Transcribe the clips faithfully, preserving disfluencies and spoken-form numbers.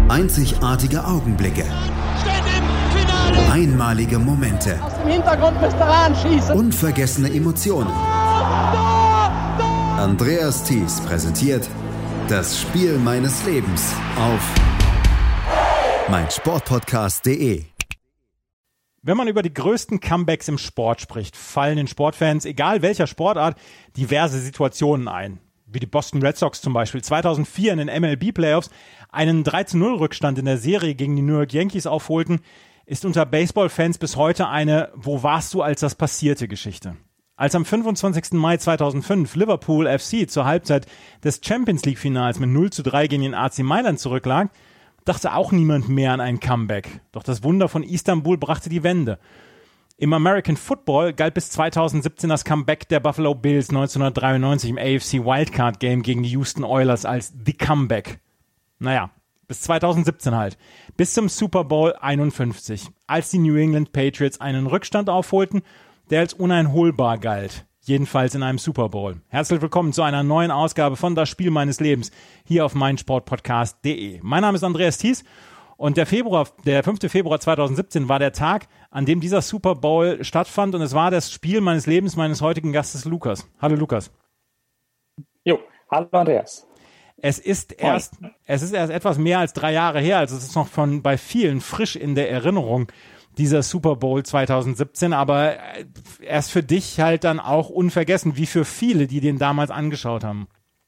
Einzigartige Augenblicke. Einmalige Momente. Aus dem Hintergrund müsst ihr anschießen. Unvergessene Emotionen. Andreas Thies präsentiert das Spiel meines Lebens auf meinsportpodcast punkt de. Wenn man über die größten Comebacks im Sport spricht, fallen den Sportfans, egal welcher Sportart, diverse Situationen ein. Wie die Boston Red Sox zum Beispiel zweitausendvier in den M L B-Playoffs einen drei zu null Rückstand in der Serie gegen die New York Yankees aufholten, ist unter Baseball-Fans bis heute eine „Wo warst du, als das passierte" Geschichte. Als am fünfundzwanzigsten Mai zweitausendfünf Liverpool F C zur Halbzeit des Champions League-Finals mit null zu drei gegen den A C Mailand zurücklag, dachte auch niemand mehr an ein Comeback. Doch das Wunder von Istanbul brachte die Wende. Im American Football galt bis zweitausendsiebzehn das Comeback der Buffalo Bills neunzehnhundertdreiundneunzig im A F C Wildcard Game gegen die Houston Oilers als The Comeback. Naja, bis zweitausendsiebzehn halt. Bis zum Super Bowl einundfünfzig, als die New England Patriots einen Rückstand aufholten, der als uneinholbar galt. Jedenfalls in einem Super Bowl. Herzlich willkommen zu einer neuen Ausgabe von Das Spiel meines Lebens hier auf meinsportpodcast punkt de. Mein Name ist Andreas Thies und der Februar, der fünfte Februar zweitausendsiebzehn war der Tag, an dem dieser Super Bowl stattfand, und es war das Spiel meines Lebens meines heutigen Gastes Lukas. Hallo Lukas. Jo, hallo Andreas. Es ist erst, es ist erst etwas mehr als drei Jahre her, also es ist noch von bei vielen frisch in der Erinnerung, dieser Super Bowl zweitausendsiebzehn, aber erst für dich halt dann auch unvergessen, wie für viele, die den damals angeschaut haben.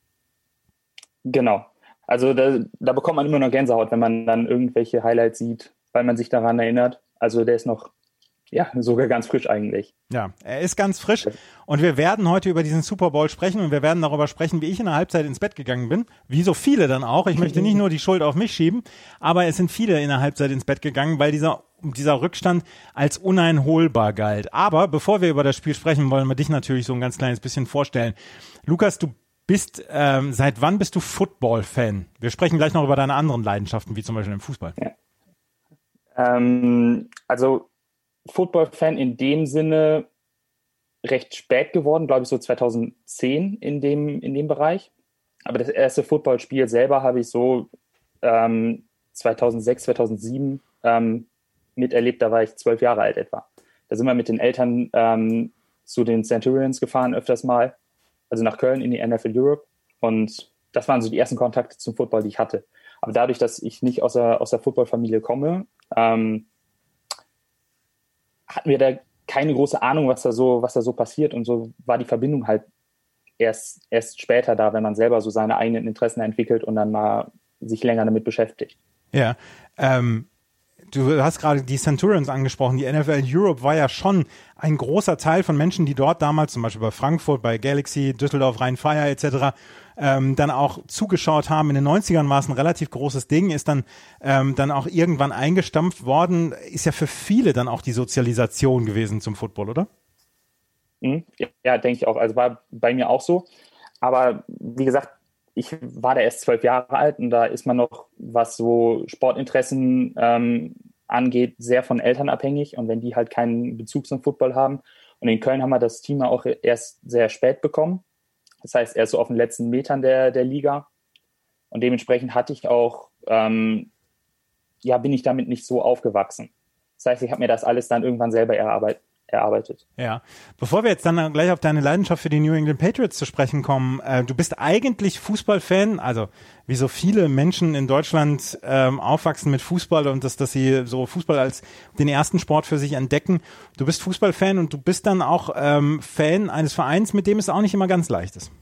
Genau. Also da, da bekommt man immer noch Gänsehaut, wenn man dann irgendwelche Highlights sieht, weil man sich daran erinnert. Also der ist noch, ja, sogar ganz frisch eigentlich. Ja, er ist ganz frisch und wir werden heute über diesen Super Bowl sprechen und wir werden darüber sprechen, wie ich in der Halbzeit ins Bett gegangen bin. Wie so viele dann auch. Ich möchte nicht nur die Schuld auf mich schieben, aber es sind viele in der Halbzeit ins Bett gegangen, weil dieser dieser Rückstand als uneinholbar galt. Aber bevor wir über das Spiel sprechen, wollen wir dich natürlich so ein ganz kleines bisschen vorstellen. Lukas, du bist, ähm, seit wann bist du Football-Fan? Wir sprechen gleich noch über deine anderen Leidenschaften, wie zum Beispiel im Fußball. Ja. Ähm, also Football-Fan in dem Sinne recht spät geworden, glaube ich so zweitausendzehn in dem, in dem Bereich. Aber das erste Footballspiel selber habe ich so ähm, zweitausendsechs, zweitausendsieben ähm, miterlebt, da war ich zwölf Jahre alt etwa. Da sind wir mit den Eltern ähm, zu den Centurions gefahren, öfters mal, also nach Köln in die N F L Europe, und das waren so die ersten Kontakte zum Football, die ich hatte. Aber dadurch, dass ich nicht aus der, aus der Footballfamilie komme, ähm, hatten wir da keine große Ahnung, was da so, was da so passiert, und so war die Verbindung halt erst, erst später da, wenn man selber so seine eigenen Interessen entwickelt und dann mal sich länger damit beschäftigt. Ja, ähm, du hast gerade die Centurions angesprochen. Die N F L Europe war ja schon ein großer Teil von Menschen, die dort damals, zum Beispiel bei Frankfurt, bei Galaxy, Düsseldorf, Rhein-Fire et cetera, ähm, dann auch zugeschaut haben. In den neunzigern war es ein relativ großes Ding, ist dann, ähm, dann auch irgendwann eingestampft worden. Ist ja für viele dann auch die Sozialisation gewesen zum Football, oder? Mhm. Ja, ja, denke ich auch. Also war bei mir auch so. Aber wie gesagt, ich war da erst zwölf Jahre alt, und da ist man noch, was so Sportinteressen ähm, angeht, sehr von Eltern abhängig. Und wenn die halt keinen Bezug zum Football haben, und in Köln haben wir das Team auch erst sehr spät bekommen. Das heißt, erst so auf den letzten Metern der, der Liga. Und dementsprechend hatte ich auch, ähm, ja, bin ich damit nicht so aufgewachsen. Das heißt, ich habe mir das alles dann irgendwann selber erarbeitet. erarbeitet. Ja, bevor wir jetzt dann gleich auf deine Leidenschaft für die New England Patriots zu sprechen kommen, äh, du bist eigentlich Fußballfan, also wie so viele Menschen in Deutschland ähm, aufwachsen mit Fußball und das, dass sie so Fußball als den ersten Sport für sich entdecken. Du bist Fußballfan und du bist dann auch ähm, Fan eines Vereins, mit dem es auch nicht immer ganz leicht ist.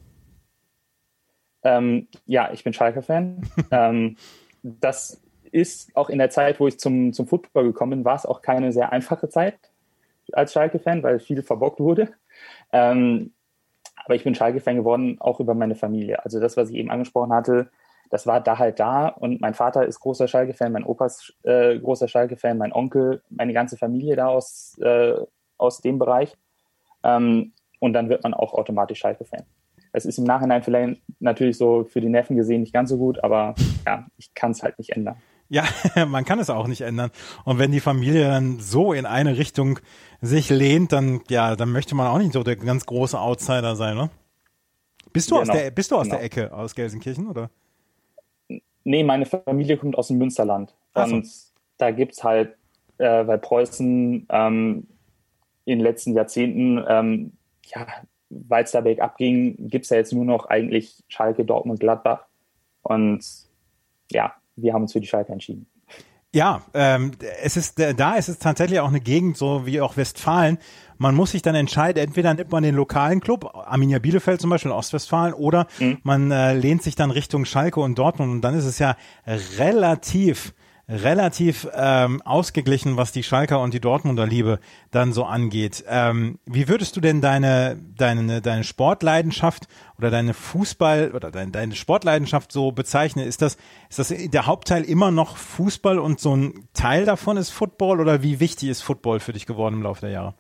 Ähm, ja, ich bin Schalke-Fan. ähm, das ist auch in der Zeit, wo ich zum, zum Football gekommen bin, war es auch keine sehr einfache Zeit als Schalke-Fan, weil viel verbockt wurde. Ähm, aber ich bin Schalke-Fan geworden, auch über meine Familie. Also das, was ich eben angesprochen hatte, das war da halt da. Und mein Vater ist großer Schalke-Fan, mein Opa ist äh, großer Schalke-Fan, mein Onkel, meine ganze Familie da aus, äh, aus dem Bereich. Ähm, und dann wird man auch automatisch Schalke-Fan. Es ist im Nachhinein vielleicht natürlich so für die Neffen gesehen nicht ganz so gut, aber ja, ich kann es halt nicht ändern. Ja, man kann es auch nicht ändern. Und wenn die Familie dann so in eine Richtung sich lehnt, dann, ja, dann möchte man auch nicht so der ganz große Outsider sein, ne? Bist du genau. aus der, bist du aus genau. der Ecke aus Gelsenkirchen, oder? Nee, meine Familie kommt aus dem Münsterland. Ach so. Und da gibt es halt, äh, weil Preußen ähm, in den letzten Jahrzehnten, ähm, ja, weil es da bergab ging, gibt es ja jetzt nur noch eigentlich Schalke, Dortmund, Gladbach. Und ja, wir haben uns für die Schalke entschieden. Ja, ähm, es ist da ist es tatsächlich auch eine Gegend, so wie auch Westfalen. Man muss sich dann entscheiden, entweder nimmt man den lokalen Club, Arminia Bielefeld zum Beispiel in Ostwestfalen, oder mhm. man äh, lehnt sich dann Richtung Schalke und Dortmund. Und dann ist es ja relativ relativ ähm, ausgeglichen, was die Schalker und die Dortmunder Liebe dann so angeht. Ähm, wie würdest du denn deine deine deine Sportleidenschaft oder deine Fußball oder deine, deine Sportleidenschaft so bezeichnen? Ist das ist das der Hauptteil immer noch Fußball und so ein Teil davon ist Football, oder wie wichtig ist Football für dich geworden im Laufe der Jahre?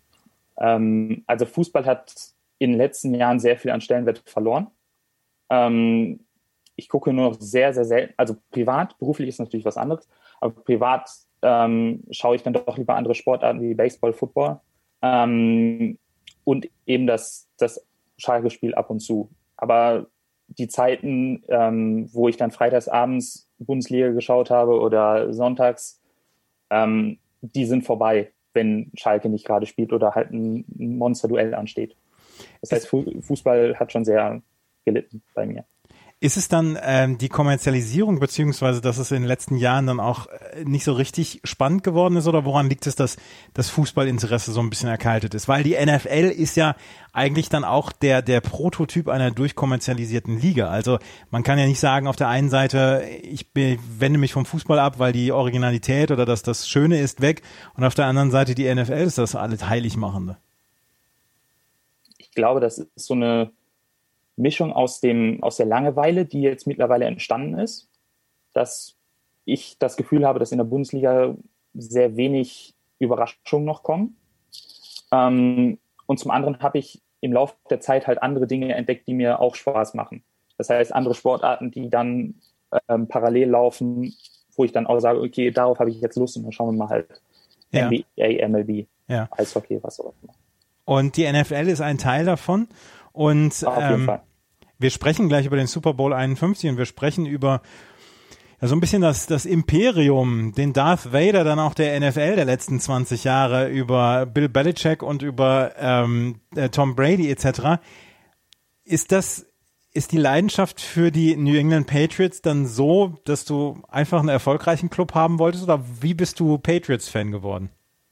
Ähm, also Fußball hat in den letzten Jahren sehr viel an Stellenwert verloren. Ähm, Ich gucke nur noch sehr, sehr selten, also privat, beruflich ist natürlich was anderes, aber privat ähm, schaue ich dann doch lieber andere Sportarten wie Baseball, Football ähm, und eben das, das Schalke-Spiel ab und zu. Aber die Zeiten, ähm, wo ich dann freitags abends Bundesliga geschaut habe oder sonntags, ähm, die sind vorbei, wenn Schalke nicht gerade spielt oder halt ein Monsterduell ansteht. Das heißt, Fußball hat schon sehr gelitten bei mir. Ist es dann ähm, die Kommerzialisierung, beziehungsweise dass es in den letzten Jahren dann auch äh, nicht so richtig spannend geworden ist, oder woran liegt es, dass das Fußballinteresse so ein bisschen erkaltet ist? Weil die N F L ist ja eigentlich dann auch der der Prototyp einer durchkommerzialisierten Liga. Also man kann ja nicht sagen, auf der einen Seite, ich be- wende mich vom Fußball ab, weil die Originalität oder das, das Schöne ist weg, und auf der anderen Seite die N F L ist das alles Heiligmachende. Ich glaube, das ist so eine Mischung aus dem, aus der Langeweile, die jetzt mittlerweile entstanden ist, dass ich das Gefühl habe, dass in der Bundesliga sehr wenig Überraschungen noch kommen. Ähm, und zum anderen habe ich im Laufe der Zeit halt andere Dinge entdeckt, die mir auch Spaß machen. Das heißt, andere Sportarten, die dann ähm, parallel laufen, wo ich dann auch sage, okay, darauf habe ich jetzt Lust, und dann schauen wir mal halt ja. N B A, M L B, ja. Eishockey, was auch immer. Und die N F L ist ein Teil davon. Und Auf jeden ähm, Fall. Wir sprechen gleich über den Super Bowl einundfünfzig und wir sprechen über ja, so ein bisschen das, das Imperium, den Darth Vader dann auch der N F L der letzten zwanzig Jahre, über Bill Belichick und über ähm, Tom Brady et cetera. Ist das, ist die Leidenschaft für die New England Patriots dann so, dass du einfach einen erfolgreichen Club haben wolltest, oder wie bist du Patriots-Fan geworden?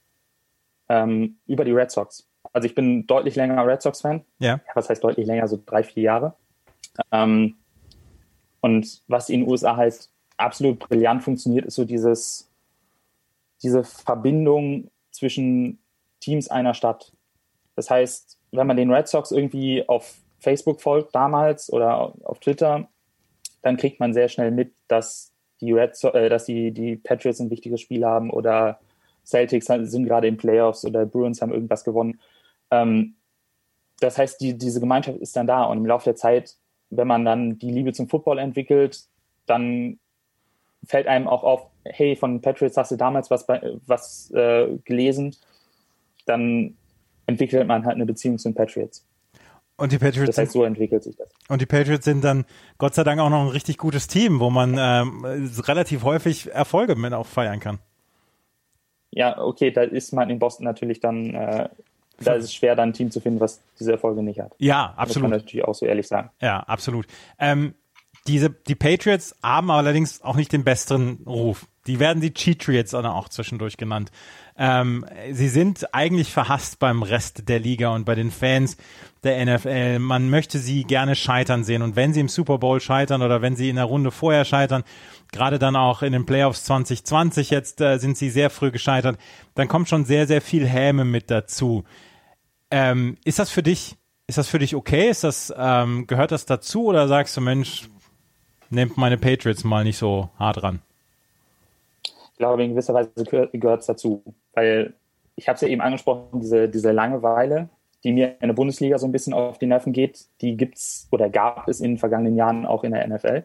Ähm, über die Red Sox. Also ich bin deutlich länger Red Sox-Fan. Ja. Ja, was heißt deutlich länger? So drei, vier Jahre. Ähm, und was in den U S A halt absolut brillant funktioniert, ist so dieses, diese Verbindung zwischen Teams einer Stadt. Das heißt, wenn man den Red Sox irgendwie auf Facebook folgt damals oder auf Twitter, dann kriegt man sehr schnell mit, dass die Red so- äh, dass die, die Patriots ein wichtiges Spiel haben oder Celtics sind gerade in Playoffs oder Bruins haben irgendwas gewonnen. Ähm, das heißt, die, diese Gemeinschaft ist dann da, und im Laufe der Zeit, wenn man dann die Liebe zum Football entwickelt, dann fällt einem auch auf, hey, von Patriots hast du damals was, bei, was äh, gelesen, dann entwickelt man halt eine Beziehung zu den Patriots. Und die Patriots das heißt, so entwickelt sich das. Und die Patriots sind dann Gott sei Dank auch noch ein richtig gutes Team, wo man ähm, relativ häufig Erfolge mit auch feiern kann. Ja, okay, da ist man in Boston natürlich dann, äh, da ist es schwer, dann ein Team zu finden, was diese Erfolge nicht hat. Ja, absolut. Das kann man natürlich auch so ehrlich sagen. Ja, absolut. Ähm, diese, die Patriots haben allerdings auch nicht den besseren Ruf. Die werden die Cheatriots auch zwischendurch genannt. Ähm, sie sind eigentlich verhasst beim Rest der Liga und bei den Fans der N F L. Man möchte sie gerne scheitern sehen. Und wenn sie im Super Bowl scheitern oder wenn sie in der Runde vorher scheitern, gerade dann auch in den Playoffs zwanzig zwanzig jetzt äh, sind sie sehr früh gescheitert, dann kommt schon sehr, sehr viel Häme mit dazu. Ähm, ist das für dich, ist das für dich okay? Ist das, ähm, gehört das dazu, oder sagst du, Mensch, nehmt meine Patriots mal nicht so hart ran? Ich glaube, in gewisser Weise gehört es dazu, weil ich habe es ja eben angesprochen, diese, diese Langeweile, die mir in der Bundesliga so ein bisschen auf die Nerven geht, die gibt's oder gab es in den vergangenen Jahren auch in der N F L.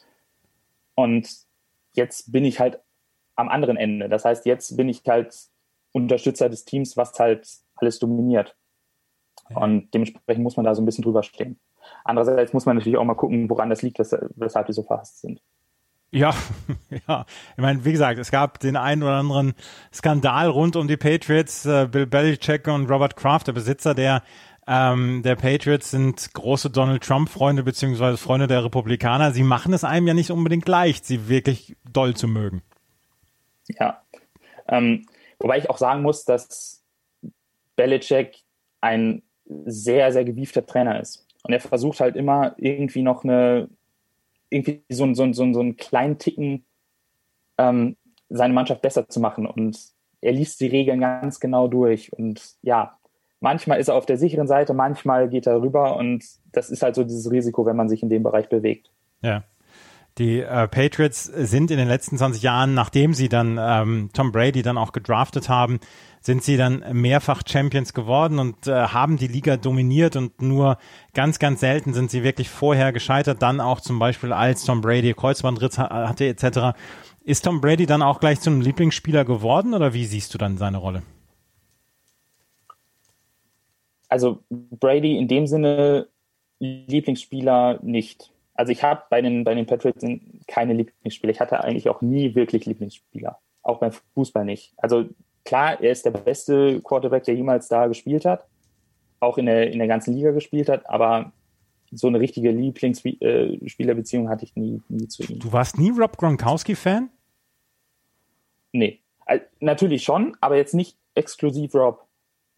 Und jetzt bin ich halt am anderen Ende. Das heißt, jetzt bin ich halt Unterstützer des Teams, was halt alles dominiert. Ja. Und dementsprechend muss man da so ein bisschen drüber stehen. Andererseits muss man natürlich auch mal gucken, woran das liegt, wes- weshalb die so verhasst sind. Ja, ja. Ich meine, wie gesagt, es gab den einen oder anderen Skandal rund um die Patriots. Äh, Bill Belichick und Robert Kraft, der Besitzer der ähm, der Patriots, sind große Donald Trump-Freunde beziehungsweise Freunde der Republikaner. Sie machen es einem ja nicht unbedingt leicht, sie wirklich doll zu mögen. Ja, ähm, wobei ich auch sagen muss, dass Belichick ein sehr, sehr gewiefter Trainer ist. Und er versucht halt immer irgendwie noch eine irgendwie so, so, so, so einen kleinen Ticken ähm, seine Mannschaft besser zu machen. Und er liest die Regeln ganz genau durch. Und ja, manchmal ist er auf der sicheren Seite, manchmal geht er rüber. Und das ist halt so dieses Risiko, wenn man sich in dem Bereich bewegt. Ja. Die äh, Patriots sind in den letzten zwanzig Jahren, nachdem sie dann ähm, Tom Brady dann auch gedraftet haben, sind sie dann mehrfach Champions geworden und äh, haben die Liga dominiert, und nur ganz, ganz selten sind sie wirklich vorher gescheitert, dann auch zum Beispiel als Tom Brady Kreuzbandriss hatte et cetera. Ist Tom Brady dann auch gleich zum Lieblingsspieler geworden, oder wie siehst du dann seine Rolle? Also Brady in dem Sinne Lieblingsspieler nicht. Also ich habe bei den, bei den Patriots keine Lieblingsspieler. Ich hatte eigentlich auch nie wirklich Lieblingsspieler. Auch beim Fußball nicht. Also klar, er ist der beste Quarterback, der jemals da gespielt hat. Auch in der, in der ganzen Liga gespielt hat. Aber so eine richtige Lieblingsspielerbeziehung hatte ich nie, nie zu ihm. Du warst nie Rob Gronkowski-Fan? Nee. Also, natürlich schon, aber jetzt nicht exklusiv Rob.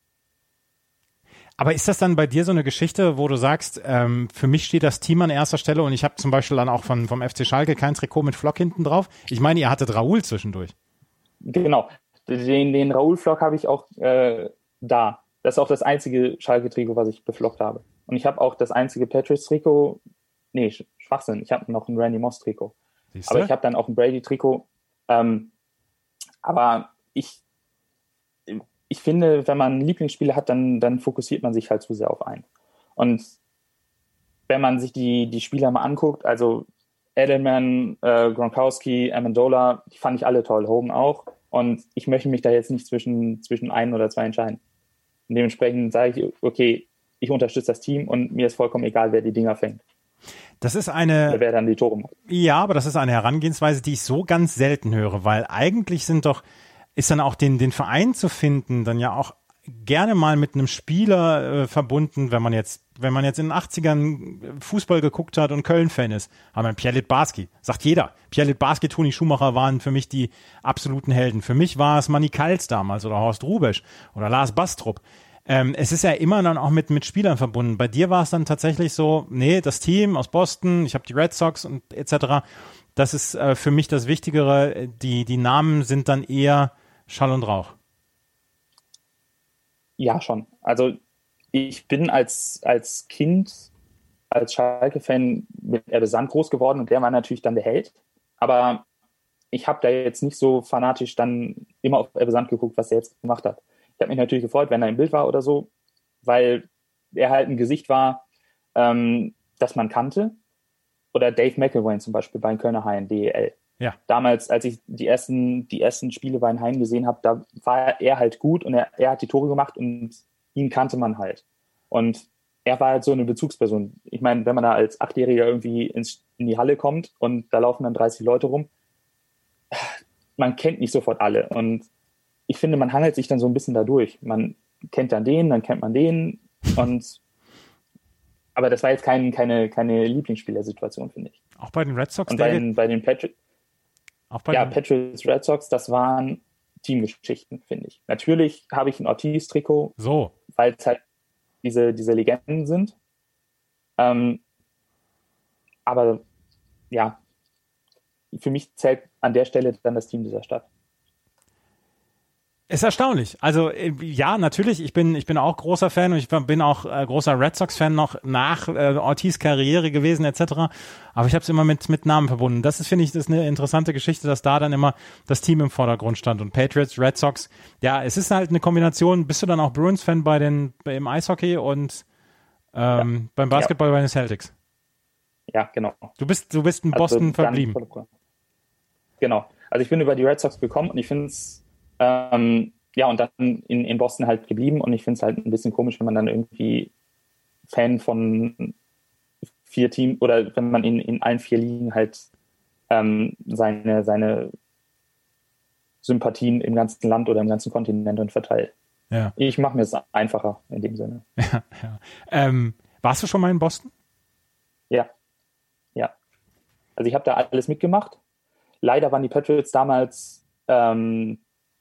Aber ist das dann bei dir so eine Geschichte, wo du sagst, ähm, für mich steht das Team an erster Stelle, und ich habe zum Beispiel dann auch von, vom F C Schalke kein Trikot mit Flock hinten drauf? Ich meine, ihr hattet Raoul zwischendurch. Genau, den, den Raoul-Flock habe ich auch äh, da. Das ist auch das einzige Schalke-Trikot, was ich beflockt habe. Und ich habe auch das einzige Patriots-Trikot, nee, Schwachsinn, ich habe noch ein Randy Moss-Trikot. Siehste? Aber ich habe dann auch ein Brady-Trikot. Ähm, aber ich Ich finde, wenn man Lieblingsspieler hat, dann, dann fokussiert man sich halt zu sehr auf einen. Und wenn man sich die, die Spieler mal anguckt, also Edelman, äh, Gronkowski, Amendola, die fand ich alle toll, Hogan auch. Und ich möchte mich da jetzt nicht zwischen, zwischen ein oder zwei entscheiden. Und dementsprechend sage ich, okay, ich unterstütze das Team und mir ist vollkommen egal, wer die Dinger fängt. Das ist eine. Oder wer dann die Tore macht. Ja, aber das ist eine Herangehensweise, die ich so ganz selten höre, weil eigentlich sind doch ist dann auch den, den Verein zu finden, dann ja auch gerne mal mit einem Spieler äh, verbunden, wenn man jetzt, wenn man jetzt in den achtzigern Fußball geguckt hat und Köln-Fan ist, haben wir Pierre Littbarski, sagt jeder. Pierre Littbarski, Toni Schumacher waren für mich die absoluten Helden. Für mich war es Manny Kals damals oder Horst Rubesch oder Lars Bastrup. Ähm, es ist ja immer dann auch mit, mit Spielern verbunden. Bei dir war es dann tatsächlich so, nee, das Team aus Boston, ich habe die Red Sox und et cetera. Das ist äh, für mich das Wichtigere. Die, die Namen sind dann eher Schall und Rauch. Ja, schon. Also ich bin als, als Kind, als Schalke-Fan mit Erbe Sand groß geworden, und der war natürlich dann der Held. Aber ich habe da jetzt nicht so fanatisch dann immer auf Erbe Sand geguckt, was er jetzt gemacht hat. Ich habe mich natürlich gefreut, wenn er im Bild war oder so, weil er halt ein Gesicht war, ähm, das man kannte. Oder Dave McElwain zum Beispiel bei den Kölner Haien, D E L. Ja. Damals, als ich die ersten, die ersten Spiele bei den Haien gesehen habe, da war er halt gut und er, er hat die Tore gemacht und ihn kannte man halt. Und er war halt so eine Bezugsperson. Ich meine, wenn man da als Achtjähriger irgendwie ins, in die Halle kommt und da laufen dann dreißig Leute rum, man kennt nicht sofort alle. Und ich finde, man hangelt sich dann so ein bisschen da durch. Man kennt dann den, dann kennt man den. Und aber das war jetzt kein, keine, keine Lieblingsspielersituation, finde ich. Auch bei den Red Sox? Und bei den, bei den Patriots, Auch bei ja, den Patriots, Red Sox, das waren Teamgeschichten, finde ich. Natürlich habe ich ein Ortiz-Trikot, so. weil es halt diese, diese Legenden sind. Ähm, aber ja, für mich zählt an der Stelle dann das Team dieser Stadt. Ist erstaunlich. Also ja, natürlich, ich bin ich bin auch großer Fan, und ich bin auch äh, großer Red Sox-Fan noch nach äh, Ortiz Karriere gewesen et cetera. Aber ich habe es immer mit mit Namen verbunden. Das ist, finde ich, das ist eine interessante Geschichte, dass da dann immer das Team im Vordergrund stand. Und Patriots, Red Sox, ja, es ist halt eine Kombination. Bist du dann auch Bruins-Fan bei den im Eishockey und ähm, ja. beim Basketball ja. bei den Celtics? Ja, genau. Du bist du bist in Boston also verblieben. Genau. Also ich bin über die Red Sox gekommen und ich finde es Ähm, ja, und dann in, in Boston halt geblieben, und ich finde es halt ein bisschen komisch, wenn man dann irgendwie Fan von vier Teams oder wenn man in, in allen vier Ligen halt ähm, seine, seine Sympathien im ganzen Land oder im ganzen Kontinent und verteilt. Ja. Ich mache mir es einfacher in dem Sinne. Ja, ja. Ähm, warst du schon mal in Boston? Ja, ja. Also ich habe da alles mitgemacht. Leider waren die Patriots damals ähm,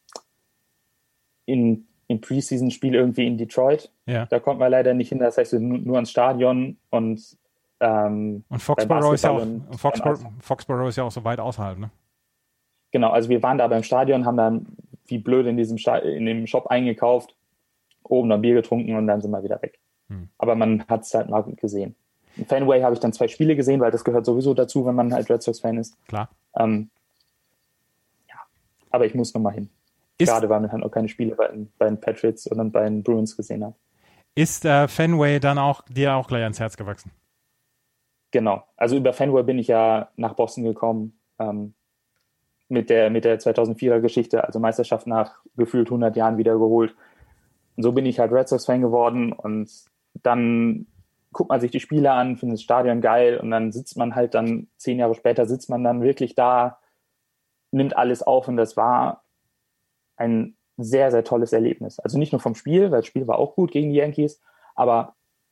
in, in Preseason-Spiel irgendwie in Detroit. Ja. Da konnten wir leider nicht hin, das heißt nur, nur ans Stadion und ähm, und Foxborough ist ja auch und, Foxborough, Foxborough ist ja auch so weit außerhalb, ne? Genau, also wir waren da beim Stadion, haben dann wie blöd in diesem Sta- in dem Shop eingekauft, oben ein Bier getrunken und dann sind wir wieder weg. Hm. Aber man hat es halt mal gesehen. In Fenway habe ich dann zwei Spiele gesehen, weil das gehört sowieso dazu, wenn man halt Red Sox-Fan ist. Klar. Ähm, ja, aber ich muss nochmal hin. Ist, Gerade weil man halt auch keine Spiele bei, bei den Patriots und bei den Bruins gesehen hat. Ist äh, Fenway dann auch dir auch gleich ans Herz gewachsen? Genau. Also über Fenway bin ich ja nach Boston gekommen, ähm, mit der, mit der zweitausendvierer Geschichte, also Meisterschaft nach gefühlt hundert Jahren wieder geholt. Und so bin ich halt Red Sox-Fan geworden und dann guckt man sich die Spiele an, findet das Stadion geil und dann sitzt man halt dann, zehn Jahre später sitzt man dann wirklich da, nimmt alles auf und das war ein sehr, sehr tolles Erlebnis. Also nicht nur vom Spiel, weil das Spiel war auch gut gegen die Yankees, aber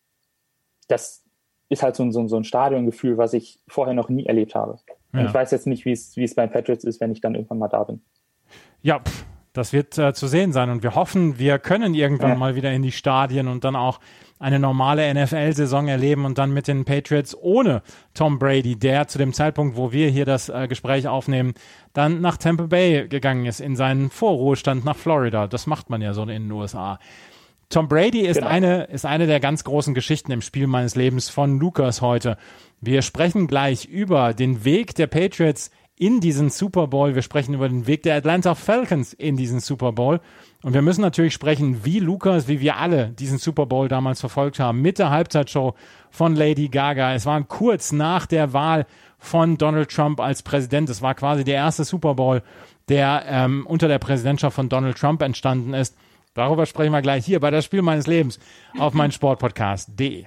das ist halt so ein, so ein, so ein Stadiongefühl, was ich vorher noch nie erlebt habe. Ja. Und ich weiß jetzt nicht, wie es, wie es bei den Patriots ist, wenn ich dann irgendwann mal da bin. Ja, pff, das wird äh, zu sehen sein und wir hoffen, wir können irgendwann ja. mal wieder in die Stadien und dann auch eine normale N F L-Saison erleben und dann mit den Patriots ohne Tom Brady, der zu dem Zeitpunkt, wo wir hier das äh, Gespräch aufnehmen, dann nach Tampa Bay gegangen ist, in seinen Vorruhestand nach Florida. Das macht man ja so in den U S A. Tom Brady ist, genau. eine, ist eine der ganz großen Geschichten im Spiel meines Lebens von Lukas heute. Wir sprechen gleich über den Weg der Patriots in diesen Super Bowl. Wir sprechen über den Weg der Atlanta Falcons in diesen Super Bowl. Und wir müssen natürlich sprechen, wie Lukas, wie wir alle diesen Super Bowl damals verfolgt haben, mit der Halbzeitshow von Lady Gaga. Es war kurz nach der Wahl von Donald Trump als Präsident. Es war quasi der erste Super Bowl, der ähm, unter der Präsidentschaft von Donald Trump entstanden ist. Darüber sprechen wir gleich hier bei Das Spiel meines Lebens auf meinsportpodcast punkt de.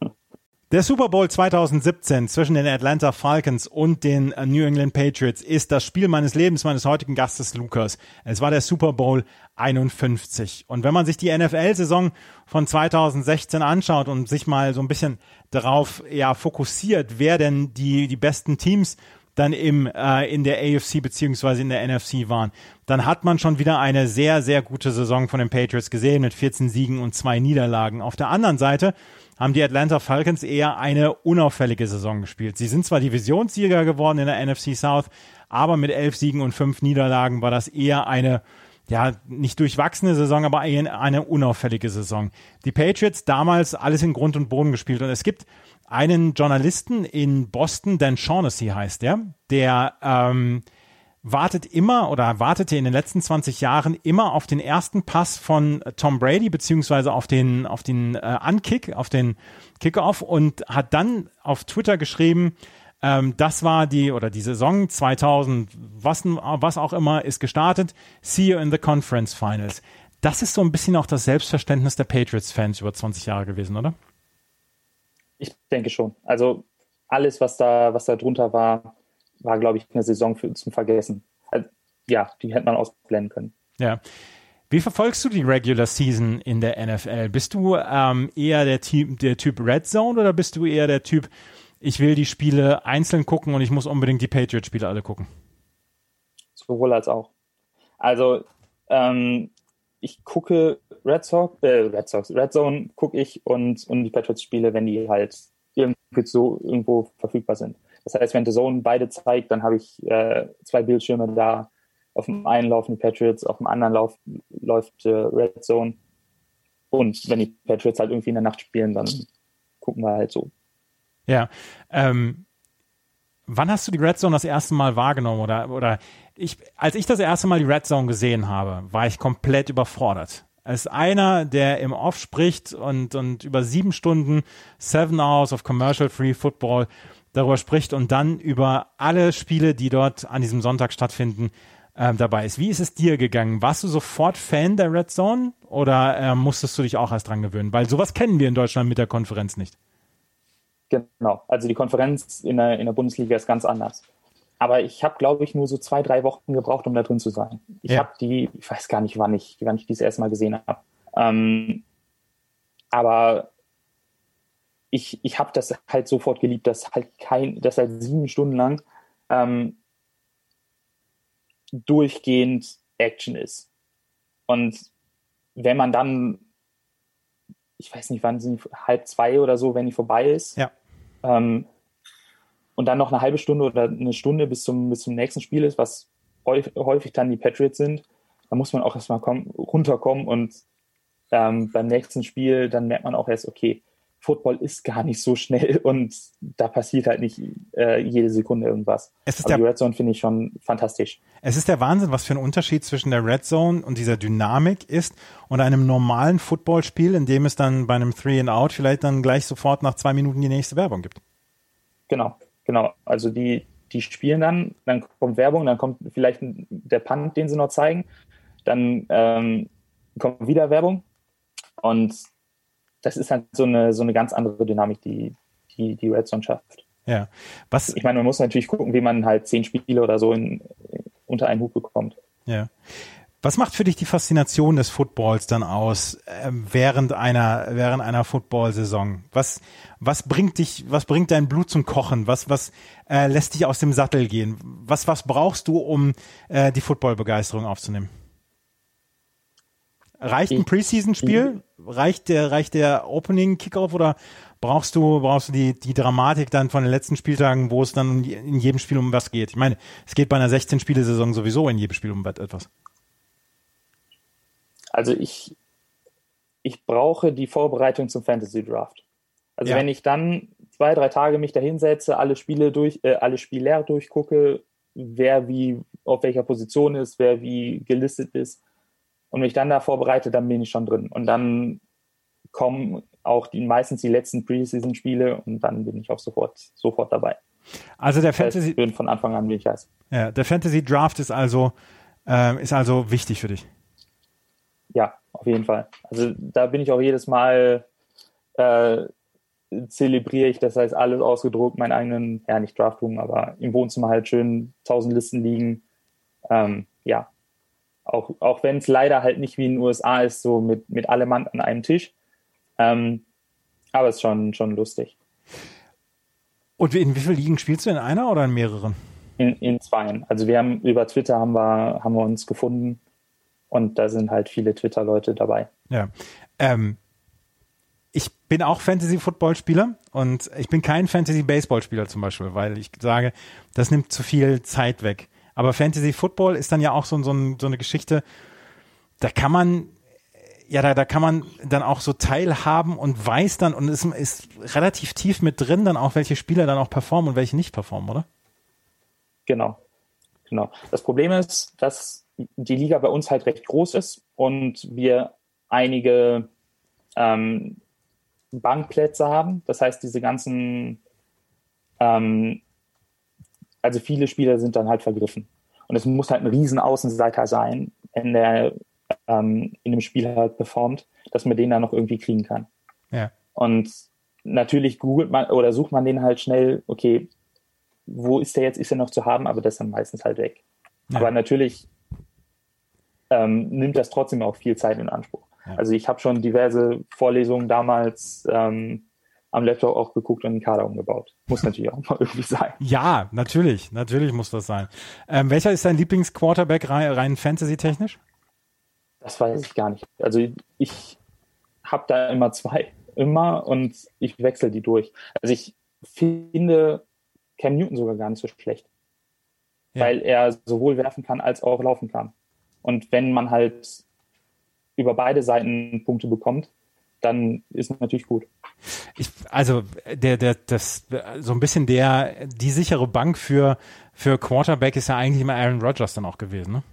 Der Super Bowl zweitausendsiebzehn zwischen den Atlanta Falcons und den New England Patriots ist das Spiel meines Lebens meines heutigen Gastes Lukas. Es war der Super Bowl einundfünfzig. Und wenn man sich die N F L-Saison von zweitausendsechzehn anschaut und sich mal so ein bisschen darauf ja, fokussiert, wer denn die, die besten Teams dann im, äh, in der A F C beziehungsweise in der N F C waren, dann hat man schon wieder eine sehr, sehr gute Saison von den Patriots gesehen mit vierzehn Siegen und zwei Niederlagen. Auf der anderen Seite haben die Atlanta Falcons eher eine unauffällige Saison gespielt. Sie sind zwar Divisionssieger geworden in der N F C South, aber mit elf Siegen und fünf Niederlagen war das eher eine, ja, nicht durchwachsene Saison, aber eher eine unauffällige Saison. Die Patriots damals alles in Grund und Boden gespielt und es gibt einen Journalisten in Boston, Dan Shaughnessy heißt der, der ähm, wartet immer oder wartete in den letzten zwanzig Jahren immer auf den ersten Pass von Tom Brady beziehungsweise auf den auf den äh, Unkick, auf den Kickoff und hat dann auf Twitter geschrieben, ähm, das war die oder die Saison zweitausend, was, was auch immer, ist gestartet. See you in the Conference Finals. Das ist so ein bisschen auch das Selbstverständnis der Patriots-Fans über zwanzig Jahre gewesen, oder? Ich denke schon. Also alles, was da, was da drunter war, war, glaube ich, eine Saison für, zum Vergessen. Also, ja, die hätte man ausblenden können. Ja. Wie verfolgst du die Regular Season in der N F L? Bist du ähm, eher der Typ, der Typ Red Zone oder bist du eher der Typ, ich will die Spiele einzeln gucken und ich muss unbedingt die Patriots-Spiele alle gucken? Sowohl als auch. Also, ähm, ich gucke Red Sox, äh, Red Sox, Red Zone gucke ich und, und die Patriots-Spiele, wenn die halt irgendwie so irgendwo verfügbar sind. Das heißt, wenn The Zone beide zeigt, dann habe ich äh, zwei Bildschirme da. Auf dem einen laufen die Patriots, auf dem anderen lauf, läuft äh, Red Zone. Und wenn die Patriots halt irgendwie in der Nacht spielen, dann gucken wir halt so. Ja, ähm, wann hast du die Red Zone das erste Mal wahrgenommen? Oder, oder ich, als ich das erste Mal die Red Zone gesehen habe, war ich komplett überfordert. Als einer, der im Off spricht und, und über sieben Stunden, seven hours of commercial-free Football darüber spricht und dann über alle Spiele, die dort an diesem Sonntag stattfinden, äh, dabei ist. Wie ist es dir gegangen? Warst du sofort Fan der Red Zone oder äh, musstest du dich auch erst dran gewöhnen? Weil sowas kennen wir in Deutschland mit der Konferenz nicht. Genau, also die Konferenz in der, in der Bundesliga ist ganz anders. aber ich habe, glaube ich, nur so zwei, drei Wochen gebraucht, um da drin zu sein. Ich Ja. habe die, ich weiß gar nicht, wann ich, wann ich die das erste Mal gesehen habe. Ähm, aber ich, ich habe das halt sofort geliebt, dass halt kein, dass halt sieben Stunden lang ähm, durchgehend Action ist. Und wenn man dann, ich weiß nicht, wann sind halb zwei oder so, wenn die vorbei ist, Ja. ähm, und dann noch eine halbe Stunde oder eine Stunde bis zum, bis zum nächsten Spiel ist, was häufig, häufig dann die Patriots sind, dann muss man auch erstmal kommen, runterkommen und ähm, beim nächsten Spiel, dann merkt man auch erst, okay, Football ist gar nicht so schnell und da passiert halt nicht äh, jede Sekunde irgendwas. Es ist Aber die der- Red Zone finde ich schon fantastisch. Es ist der Wahnsinn, was für ein Unterschied zwischen der Red Zone und dieser Dynamik ist und einem normalen Footballspiel, in dem es dann bei einem Three and Out vielleicht dann gleich sofort nach zwei Minuten die nächste Werbung gibt. Genau, genau. Also die, die spielen dann, dann kommt Werbung, dann kommt vielleicht der Punt, den sie noch zeigen, dann ähm, kommt wieder Werbung und das ist halt so eine, so eine ganz andere Dynamik, die die, die Red Zone schafft. Ja. Was, Ich meine, man muss natürlich gucken, wie man halt zehn Spiele oder so in, unter einen Hut bekommt. ja. Was macht für dich die Faszination des Footballs dann aus äh, während einer während einer Football-Saison? Was was bringt dich, was bringt dein Blut zum Kochen? Was was äh, lässt dich aus dem Sattel gehen? Was was brauchst du, um äh, die Football-Begeisterung aufzunehmen? Reicht ein Ich- Preseason-Spiel? Reicht der reicht der Opening-Kickoff oder brauchst du brauchst du die die Dramatik dann von den letzten Spieltagen, wo es dann in jedem Spiel um was geht? Ich meine, es geht bei einer sechzehn-Spiele-Saison sowieso in jedem Spiel um etwas. Also ich, ich brauche die Vorbereitung zum Fantasy Draft. Also Ja. wenn ich dann zwei, drei Tage mich da hinsetze, alle Spiele durch, äh, alle Spieler durchgucke, wer wie auf welcher Position ist, wer wie gelistet ist und mich dann da vorbereite, dann bin ich schon drin. Und dann kommen auch die meistens die letzten Preseason-Spiele und dann bin ich auch sofort, sofort dabei. Also der Das heißt, Fantasy ich bin von Anfang an, wie ich weiß. Ja, der Fantasy Draft ist also äh, ist also wichtig für dich. Ja, auf jeden Fall. Also da bin ich auch jedes Mal, äh, zelebriere ich, das heißt alles ausgedruckt, meinen eigenen, ja nicht Draftroom, aber im Wohnzimmer halt schön tausend Listen liegen. Ähm, ja, auch, auch wenn es leider halt nicht wie in den U S A ist, so mit, mit allem Mann an einem Tisch. Ähm, aber es ist schon, schon lustig. Und in wie vielen Ligen spielst du? In einer oder in mehreren? In, in zweien. Also wir haben über Twitter haben wir, haben wir uns gefunden und da sind halt viele Twitter-Leute dabei. Ja. Ähm, ich bin auch Fantasy-Football-Spieler und ich bin kein Fantasy-Baseball-Spieler zum Beispiel, weil ich sage, das nimmt zu viel Zeit weg. Aber Fantasy-Football ist dann ja auch so, so, ein, so eine Geschichte, da kann man ja, da, da kann man dann auch so teilhaben und weiß dann und ist, ist relativ tief mit drin dann auch, welche Spieler dann auch performen und welche nicht performen, oder? Genau, genau. Das Problem ist, dass die Liga bei uns halt recht groß ist und wir einige ähm, Bankplätze haben. Das heißt, diese ganzen, ähm, also viele Spieler sind dann halt vergriffen. Und es muss halt ein riesen Außenseiter sein, wenn der ähm, in dem Spiel halt performt, dass man den dann noch irgendwie kriegen kann. Ja. Und natürlich googelt man oder sucht man den halt schnell, okay, wo ist der jetzt, ist er noch zu haben, aber das ist dann meistens halt weg. Ja. Aber natürlich ähm, nimmt das trotzdem auch viel Zeit in Anspruch. Ja. Also ich habe schon diverse Vorlesungen damals ähm, am Laptop auch geguckt und den Kader umgebaut. Muss natürlich auch mal irgendwie sein. Ja, natürlich, natürlich muss das sein. Ähm, welcher ist dein Lieblingsquarterback rein, rein Fantasy-technisch? Das weiß ich gar nicht. Also ich habe da immer zwei, immer und ich wechsle die durch. Also ich finde Cam Newton sogar gar nicht so schlecht, Ja. weil er sowohl werfen kann als auch laufen kann. Und wenn man halt über beide Seiten Punkte bekommt, dann ist es natürlich gut. Ich, also der, der, das so ein bisschen der, die sichere Bank für für Quarterback ist ja eigentlich immer Aaron Rodgers dann auch gewesen, ne?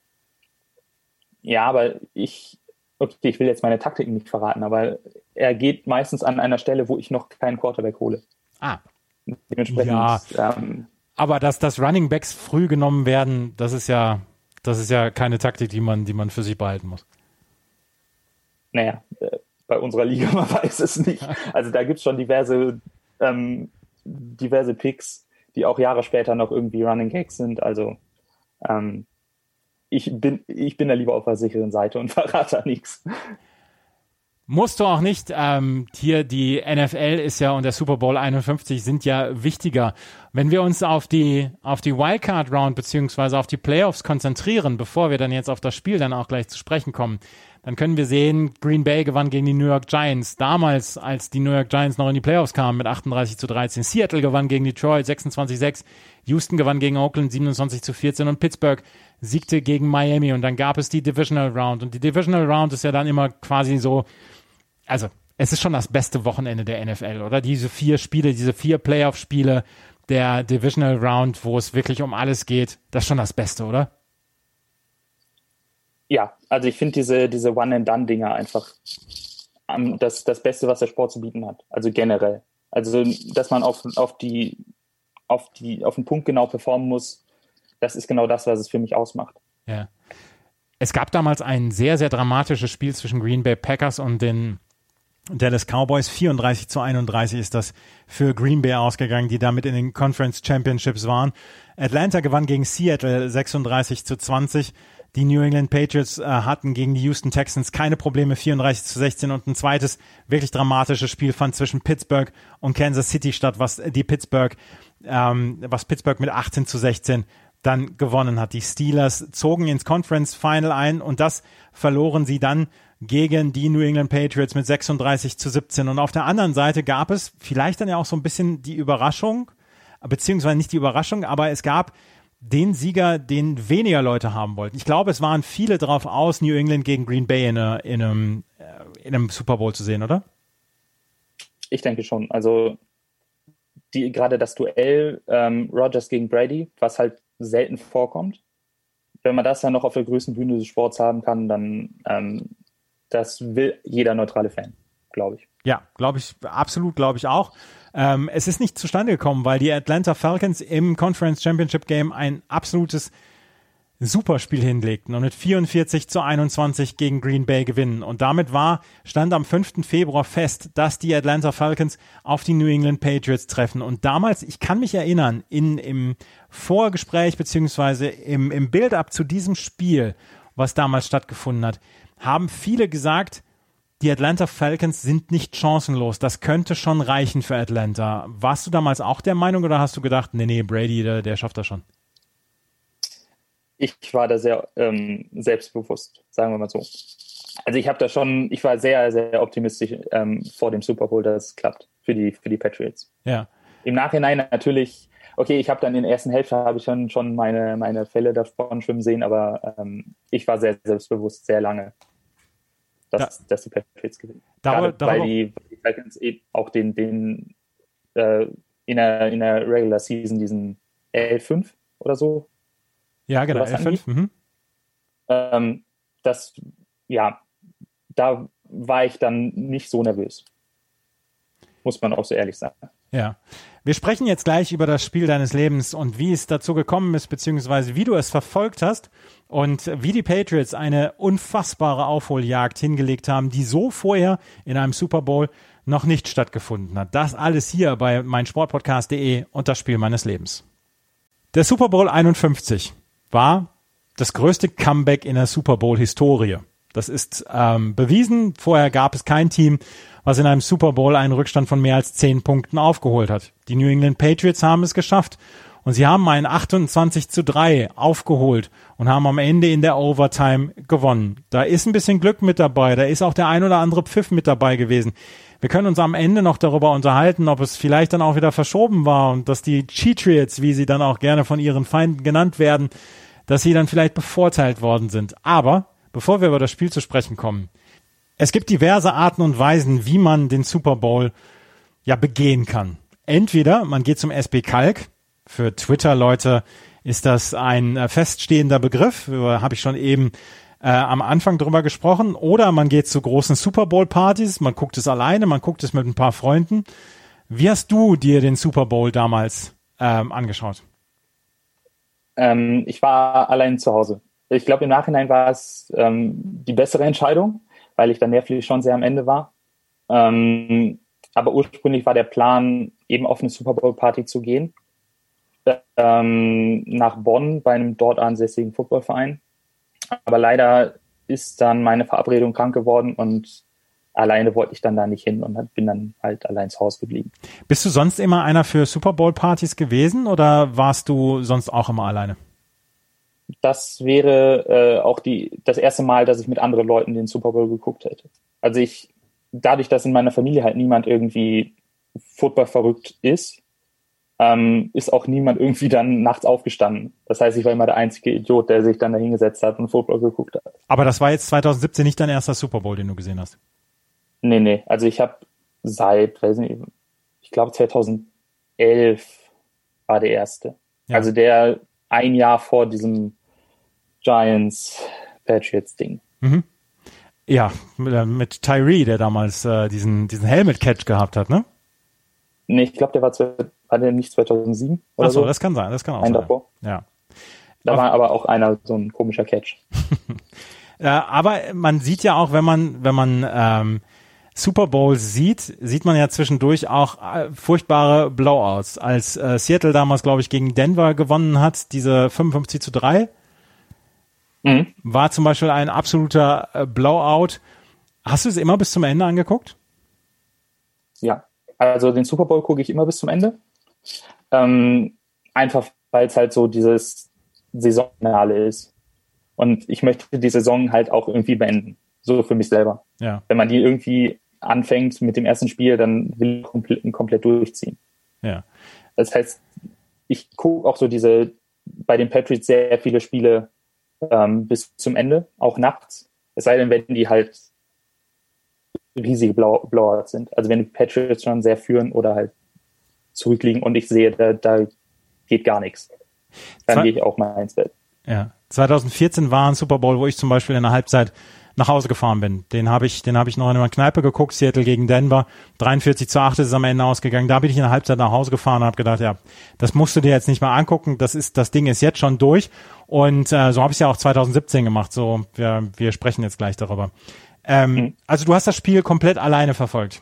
Ja, aber ich, okay, ich will jetzt meine Taktiken nicht verraten, aber er geht meistens an einer Stelle, wo ich noch keinen Quarterback hole. Ah, Dementsprechend, Ja. ähm, aber dass dass Running Backs früh genommen werden, das ist ja das ist ja keine Taktik, die man die man für sich behalten muss. naja, äh, bei unserer Liga, man weiß es nicht. Also da gibt es schon diverse, ähm, diverse Picks, die auch Jahre später noch irgendwie Running Gags sind. Also ähm, ich bin, ich bin da lieber auf der sicheren Seite und verrate da nichts. Musst du auch nicht. Ähm, hier die N F L ist ja und der Super Bowl einundfünfzig sind ja wichtiger. Wenn wir uns auf die auf die Wildcard Round beziehungsweise auf die Playoffs konzentrieren, bevor wir dann jetzt auf das Spiel dann auch gleich zu sprechen kommen, dann können wir sehen, Green Bay gewann gegen die New York Giants. Damals, als die New York Giants noch in die Playoffs kamen mit achtunddreißig zu dreizehn. Seattle gewann gegen Detroit sechsundzwanzig sechs. Houston gewann gegen Oakland siebenundzwanzig zu vierzehn und Pittsburgh siegte gegen Miami. Und dann gab es die Divisional Round. Und die Divisional Round ist ja dann immer quasi so, also es ist schon das beste Wochenende der N F L, oder? Diese vier Spiele, diese vier Playoff-Spiele der Divisional Round, wo es wirklich um alles geht, das ist schon das Beste, oder? Ja, also ich finde diese, diese One-and-Done-Dinger einfach um, das, das Beste, was der Sport zu bieten hat. Also generell. Also, dass man auf, auf, die, auf, die, auf den Punkt genau performen muss, das ist genau das, was es für mich ausmacht. Ja. Es gab damals ein sehr, sehr dramatisches Spiel zwischen Green Bay Packers und den Dallas Cowboys. vierunddreißig zu einunddreißig ist das für Green Bay ausgegangen, die damit in den Conference Championships waren. Atlanta gewann gegen Seattle sechsunddreißig zu zwanzig. Die New England Patriots äh, hatten gegen die Houston Texans keine Probleme, vierunddreißig zu sechzehn. Und ein zweites wirklich dramatisches Spiel fand zwischen Pittsburgh und Kansas City statt, was die Pittsburgh, ähm, was Pittsburgh mit achtzehn zu sechzehn dann gewonnen hat. Die Steelers zogen ins Conference Final ein und das verloren sie dann gegen die New England Patriots mit sechsunddreißig zu siebzehn. Und auf der anderen Seite gab es vielleicht dann ja auch so ein bisschen die Überraschung, beziehungsweise nicht die Überraschung, aber es gab den Sieger, den weniger Leute haben wollten. Ich glaube, es waren viele drauf aus, New England gegen Green Bay in, eine, in, einem, in einem Super Bowl zu sehen, oder? Ich denke schon. Also die, gerade das Duell ähm, Rodgers gegen Brady, was halt selten vorkommt. Wenn man das dann noch auf der größten Bühne des Sports haben kann, dann ähm, das will jeder neutrale Fan, glaube ich. Ja, glaube ich, absolut, glaube ich auch. Ähm, es ist nicht zustande gekommen, weil die Atlanta Falcons im Conference Championship Game ein absolutes Superspiel hinlegten und mit vierundvierzig zu einundzwanzig gegen Green Bay gewinnen. Und damit war, stand am fünften Februar fest, dass die Atlanta Falcons auf die New England Patriots treffen. Und damals, ich kann mich erinnern, in, im Vorgespräch beziehungsweise im, im Build-up zu diesem Spiel, was damals stattgefunden hat, haben viele gesagt, die Atlanta Falcons sind nicht chancenlos. Das könnte schon reichen für Atlanta. Warst du damals auch der Meinung oder hast du gedacht, nee, nee, Brady, der, der schafft das schon? Ich war da sehr ähm, selbstbewusst, sagen wir mal so. Also ich habe da schon, ich war sehr, sehr optimistisch ähm, vor dem Super Bowl, dass es klappt für die, für die Patriots. Ja. Im Nachhinein natürlich, okay, ich habe dann in der ersten Hälfte habe ich schon, schon meine, meine Fälle davon schwimmen sehen, aber ähm, ich war sehr selbstbewusst, sehr lange. Dass, da, dass die Patriots gewinnen. Darüber, Gerade, weil die, die Falcons auch den, den äh, in, der, in der Regular Season diesen L fünf oder so. Ja, genau, L fünf. Mhm. Ähm, das, ja, da war ich dann nicht so nervös. Muss man auch so ehrlich sagen. Ja. Wir sprechen jetzt gleich über das Spiel deines Lebens und wie es dazu gekommen ist, beziehungsweise wie du es verfolgt hast und wie die Patriots eine unfassbare Aufholjagd hingelegt haben, die so vorher in einem Super Bowl noch nicht stattgefunden hat. Das alles hier bei meinsportpodcast punkt de und das Spiel meines Lebens. Der Super Bowl einundfünfzig war das größte Comeback in der Super Bowl-Historie. Das ist ähm, bewiesen. Vorher gab es kein Team, was in einem Super Bowl einen Rückstand von mehr als zehn Punkten aufgeholt hat. Die New England Patriots haben es geschafft und sie haben einen achtundzwanzig zu drei aufgeholt und haben am Ende in der Overtime gewonnen. Da ist ein bisschen Glück mit dabei, da ist auch der ein oder andere Pfiff mit dabei gewesen. Wir können uns am Ende noch darüber unterhalten, ob es vielleicht dann auch wieder verschoben war und dass die Cheatriots, wie sie dann auch gerne von ihren Feinden genannt werden, dass sie dann vielleicht bevorteilt worden sind. Aber bevor wir über das Spiel zu sprechen kommen, es gibt diverse Arten und Weisen, wie man den Super Bowl ja begehen kann. Entweder man geht zum S B Kalk. Für Twitter-Leute ist das ein äh, feststehender Begriff. Über habe ich schon eben äh, am Anfang drüber gesprochen. Oder man geht zu großen Super Bowl-Partys. Man guckt es alleine, man guckt es mit ein paar Freunden. Wie hast du dir den Super Bowl damals ähm, angeschaut? Ähm, ich war allein zu Hause. Ich glaube, im Nachhinein war es ähm, die bessere Entscheidung, weil ich dann nervlich schon sehr am Ende war. Ähm, aber ursprünglich war der Plan, eben auf eine Super Bowl Party zu gehen. ähm, nach Bonn bei einem dort ansässigen Footballverein. Aber leider ist dann meine Verabredung krank geworden und alleine wollte ich dann da nicht hin und bin dann halt allein zu Hause geblieben. Bist du sonst immer einer für Super Bowl Partys gewesen oder warst du sonst auch immer alleine? Das wäre äh, auch die das erste Mal, dass ich mit anderen Leuten den Super Bowl geguckt hätte. Also ich, dadurch, dass in meiner Familie halt niemand irgendwie Football verrückt ist, ähm, ist auch niemand irgendwie dann nachts aufgestanden. Das heißt, ich war immer der einzige Idiot, der sich dann da hingesetzt hat und Football geguckt hat. Aber das war jetzt zwanzig siebzehn nicht dein erster Super Bowl, den du gesehen hast? Nee, nee. Also ich habe seit, weiß nicht, ich glaube zweitausendelf war der erste. Ja. Also der ein Jahr vor diesem Giants-Patriots-Ding. Mhm. Ja, mit, mit Tyree, der damals äh, diesen, diesen Helmet-Catch gehabt hat, ne? Nee, ich glaube, der war, war der nicht zweitausendsieben oder Ach so, so? Das kann sein, das kann auch ein sein. Davor. Ja. Da Auf war aber auch einer, so ein komischer Catch. Ja, aber man sieht ja auch, wenn man, wenn man ähm, Super Bowls sieht, sieht man ja zwischendurch auch äh, furchtbare Blowouts. Als äh, Seattle damals, glaube ich, gegen Denver gewonnen hat, diese fünfundfünfzig zu drei, mhm. war zum Beispiel ein absoluter äh, Blowout. Hast du es immer bis zum Ende angeguckt? Ja, also den Super Bowl gucke ich immer bis zum Ende. Ähm, einfach, weil es halt so dieses Saisonfinale ist. Und ich möchte die Saison halt auch irgendwie beenden. So für mich selber. Ja. Wenn man die irgendwie anfängt mit dem ersten Spiel, dann will ich komplett, komplett durchziehen. Ja. Das heißt, ich gucke auch so diese, bei den Patriots sehr viele Spiele ähm, bis zum Ende, auch nachts. Es sei denn, wenn die halt riesige Blow- Blowouts sind. Also wenn die Patriots schon sehr führen oder halt zurückliegen und ich sehe, da, da geht gar nichts. Dann Zwei- gehe ich auch mal ins Bett. Ja. zwanzig vierzehn war ein Super Bowl, wo ich zum Beispiel in der Halbzeit nach Hause gefahren bin. Den habe ich, den habe ich noch in einer Kneipe geguckt, Seattle gegen Denver. dreiundvierzig zu acht ist es am Ende ausgegangen. Da bin ich in der Halbzeit nach Hause gefahren und habe gedacht, ja, das musst du dir jetzt nicht mal angucken. Das ist, das Ding ist jetzt schon durch. Und äh, so habe ich es ja auch zwanzig siebzehn gemacht. So, wir, wir sprechen jetzt gleich darüber. Ähm, mhm. Also du hast das Spiel komplett alleine verfolgt.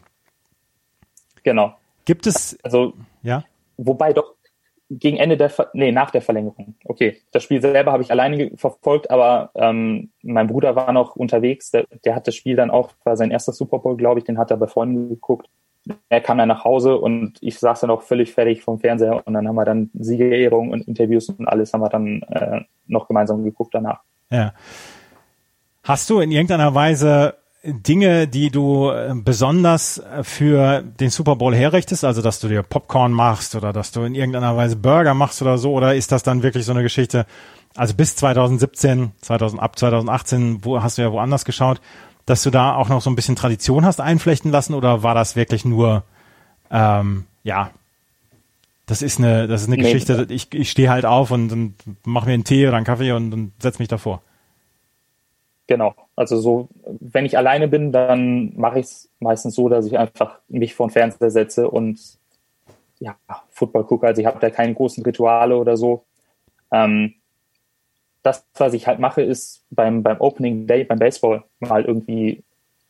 Genau. Gibt es? Also ja. Wobei doch gegen Ende der, Ver- nee, nach der Verlängerung. Okay, das Spiel selber habe ich alleine ge- verfolgt, aber ähm, mein Bruder war noch unterwegs, der, der hat das Spiel dann auch, war sein erster Super Bowl, glaube ich, den hat er bei Freunden geguckt. Er kam dann nach Hause und ich saß dann auch völlig fertig vom Fernseher und dann haben wir dann Siegerehrung und Interviews und alles haben wir dann äh, noch gemeinsam geguckt danach. Ja. Hast du in irgendeiner Weise Dinge, die du besonders für den Super Bowl herrichtest, also dass du dir Popcorn machst oder dass du in irgendeiner Weise Burger machst oder so, oder ist das dann wirklich so eine Geschichte, also bis zwanzig siebzehn, zweitausend, ab zwanzig achtzehn, wo hast du ja woanders geschaut, dass du da auch noch so ein bisschen Tradition hast einflechten lassen, oder war das wirklich nur, ähm, ja, das ist eine, das ist eine nee, Geschichte, ich, ich stehe halt auf und, und mache mir einen Tee oder einen Kaffee und, und setz mich davor. Genau, also so, wenn ich alleine bin, dann mache ich es meistens so, dass ich einfach mich vor den Fernseher setze und ja, Football gucke. Also ich habe da keine großen Rituale oder so. Ähm, das, was ich halt mache, ist beim, beim Opening Day, beim Baseball mal irgendwie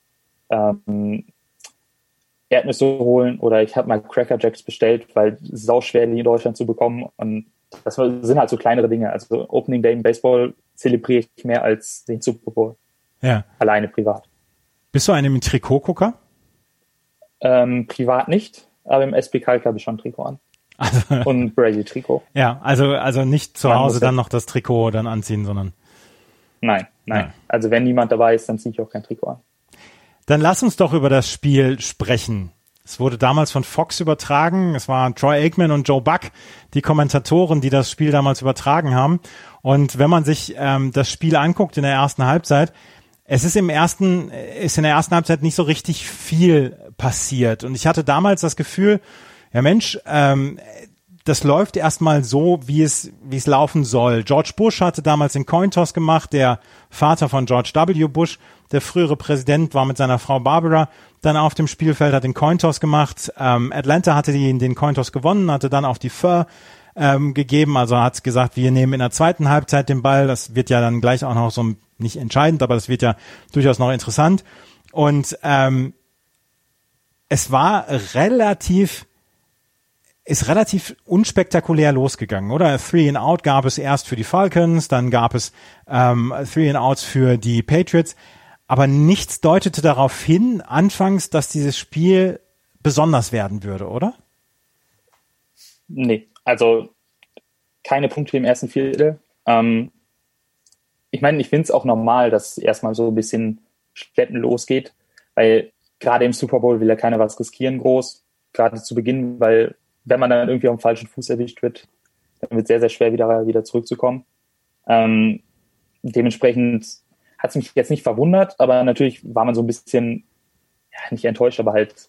ähm, Erdnüsse holen oder ich habe mal Cracker Jacks bestellt, weil es ist sau schwer, die in Deutschland zu bekommen, und das sind halt so kleinere Dinge. Also Opening Day im Baseball zelebriere ich mehr als den Super Bowl. Ja. Alleine privat. Bist du einem Trikotgucker? Ähm, privat nicht, aber im S B Kalk habe ich schon ein Trikot an. Also, und Brady-Trikot. Ja, also, also nicht zu Man Hause dann ja. noch das Trikot dann anziehen, sondern... Nein, nein. Ja. Also wenn niemand dabei ist, dann ziehe ich auch kein Trikot an. Dann lass uns doch über das Spiel sprechen. Es wurde damals von Fox übertragen. Es waren Troy Aikman und Joe Buck, die Kommentatoren, die das Spiel damals übertragen haben. Und wenn man sich ähm, das Spiel anguckt in der ersten Halbzeit, es ist im ersten, ist in der ersten Halbzeit nicht so richtig viel passiert. Und ich hatte damals das Gefühl, ja Mensch, ähm, das läuft erstmal so, wie es, wie es laufen soll. George Bush hatte damals den Cointoss gemacht, der Vater von George W. Bush, der frühere Präsident, war mit seiner Frau Barbara dann auf dem Spielfeld, hat den Cointoss gemacht. Ähm, Atlanta hatte den, den Cointoss gewonnen, hatte dann auf die Fur ähm, gegeben, also hat gesagt, wir nehmen in der zweiten Halbzeit den Ball. Das wird ja dann gleich auch noch so, nicht entscheidend, aber das wird ja durchaus noch interessant. Und ähm, es war relativ ist relativ unspektakulär losgegangen, oder? Three and Out gab es erst für die Falcons, dann gab es ähm, Three and Outs für die Patriots, aber nichts deutete darauf hin, anfangs, dass dieses Spiel besonders werden würde, oder? Nee, also keine Punkte im ersten Viertel. Ähm, ich meine, ich finde es auch normal, dass es erstmal so ein bisschen schleppend losgeht, weil gerade im Super Bowl will ja keiner was riskieren groß, gerade zu Beginn, weil wenn man dann irgendwie auf dem falschen Fuß erwischt wird, dann wird es sehr, sehr schwer, wieder, wieder zurückzukommen. Ähm, dementsprechend hat es mich jetzt nicht verwundert, aber natürlich war man so ein bisschen, ja, nicht enttäuscht, aber halt,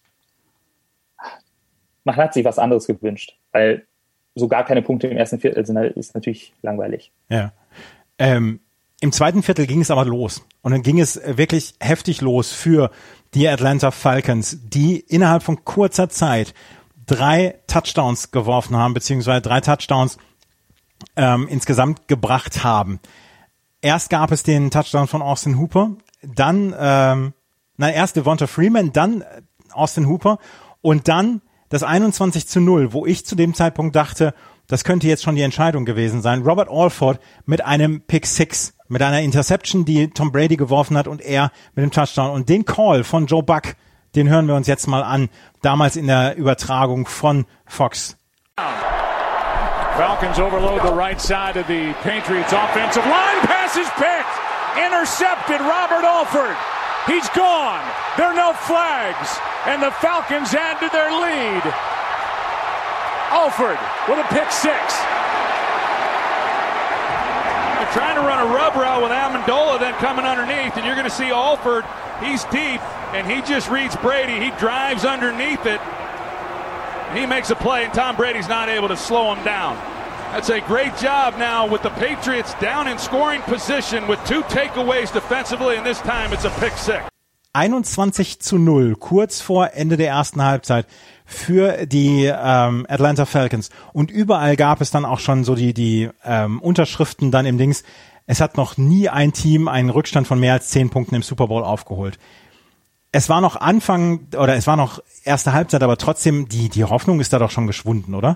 man hat sich was anderes gewünscht, weil so gar keine Punkte im ersten Viertel sind, ist natürlich langweilig. Ja. Ähm, im zweiten Viertel ging es aber los. Und dann ging es wirklich heftig los für die Atlanta Falcons, die innerhalb von kurzer Zeit drei Touchdowns geworfen haben, beziehungsweise drei Touchdowns ähm, insgesamt gebracht haben. Erst gab es den Touchdown von Austin Hooper, dann, ähm, nein, erst Devonta Freeman, dann Austin Hooper und dann das einundzwanzig zu null, wo ich zu dem Zeitpunkt dachte, das könnte jetzt schon die Entscheidung gewesen sein. Robert Alford mit einem Pick Six, mit einer Interception, die Tom Brady geworfen hat und er mit dem Touchdown. Und den Call von Joe Buck, den hören wir uns jetzt mal an, damals in der Übertragung von Fox. Falcons overload the right side of the Patriots offensive line. Pass is picked. Intercepted Robert Alford. He's gone. There are no flags. And the Falcons add to their lead. Alford with a pick six. They're trying to run a rub route with Amendola then coming underneath. And you're going to see Alford. He's deep. And he just reads Brady. He drives underneath it. He makes a play, and Tom Brady's not able to slow him down. That's a great job now with the Patriots down in scoring position with two takeaways defensively, and this time it's a pick six. einundzwanzig zu null, kurz vor Ende der ersten Halbzeit für die ähm, Atlanta Falcons. Und überall gab es dann auch schon so die, die ähm, Unterschriften dann im Dings. Es hat noch nie ein Team einen Rückstand von mehr als zehn Punkten im Super Bowl aufgeholt. Es war noch Anfang, oder es war noch erste Halbzeit, aber trotzdem, die, die Hoffnung ist da doch schon geschwunden, oder?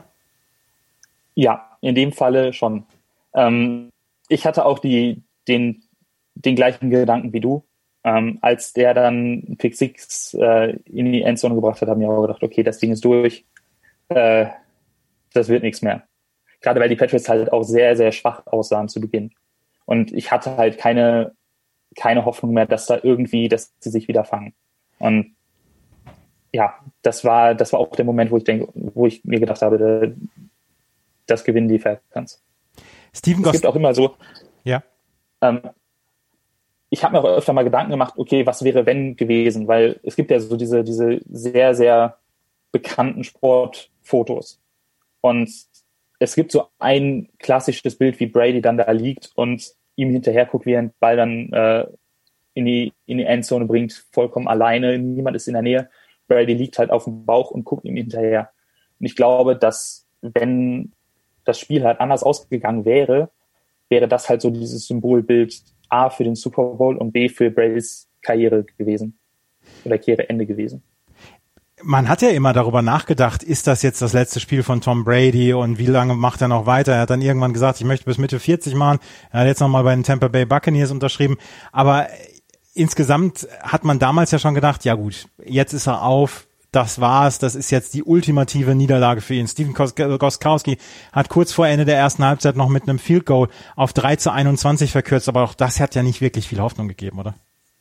Ja, in dem Falle schon. Ähm, ich hatte auch die, den, den gleichen Gedanken wie du. Ähm, als der dann Pick Six äh, in die Endzone gebracht hat, haben wir auch gedacht, okay, das Ding ist durch. Äh, das wird nichts mehr. Gerade weil die Patriots halt auch sehr, sehr schwach aussahen zu Beginn. Und ich hatte halt keine, keine Hoffnung mehr, dass da irgendwie, dass sie sich wieder fangen. Und ja, das war, das war auch der Moment, wo ich denke, wo ich mir gedacht habe, das gewinnen die Falcons. Steven Es gibt auch immer so, ja. ähm, ich habe mir auch öfter mal Gedanken gemacht, okay, was wäre wenn gewesen, weil es gibt ja so diese, diese sehr, sehr bekannten Sportfotos. Und es gibt so ein klassisches Bild, wie Brady dann da liegt und ihm hinterher guckt, wie er den Ball dann äh, in die, in die Endzone bringt, vollkommen alleine, niemand ist in der Nähe. Brady liegt halt auf dem Bauch und guckt ihm hinterher. Und ich glaube, dass wenn das Spiel halt anders ausgegangen wäre, wäre das halt so dieses Symbolbild A für den Super Bowl und B für Bradys Karriere gewesen. Oder Karriereende gewesen. Man hat ja immer darüber nachgedacht, ist das jetzt das letzte Spiel von Tom Brady und wie lange macht er noch weiter? Er hat dann irgendwann gesagt, ich möchte bis Mitte vierzig machen. Er hat jetzt nochmal bei den Tampa Bay Buccaneers unterschrieben. Aber insgesamt hat man damals ja schon gedacht, ja gut, jetzt ist er auf, das war's, das ist jetzt die ultimative Niederlage für ihn. Steven Gostkowski hat kurz vor Ende der ersten Halbzeit noch mit einem Field Goal auf drei zu einundzwanzig verkürzt, aber auch das hat ja nicht wirklich viel Hoffnung gegeben, oder?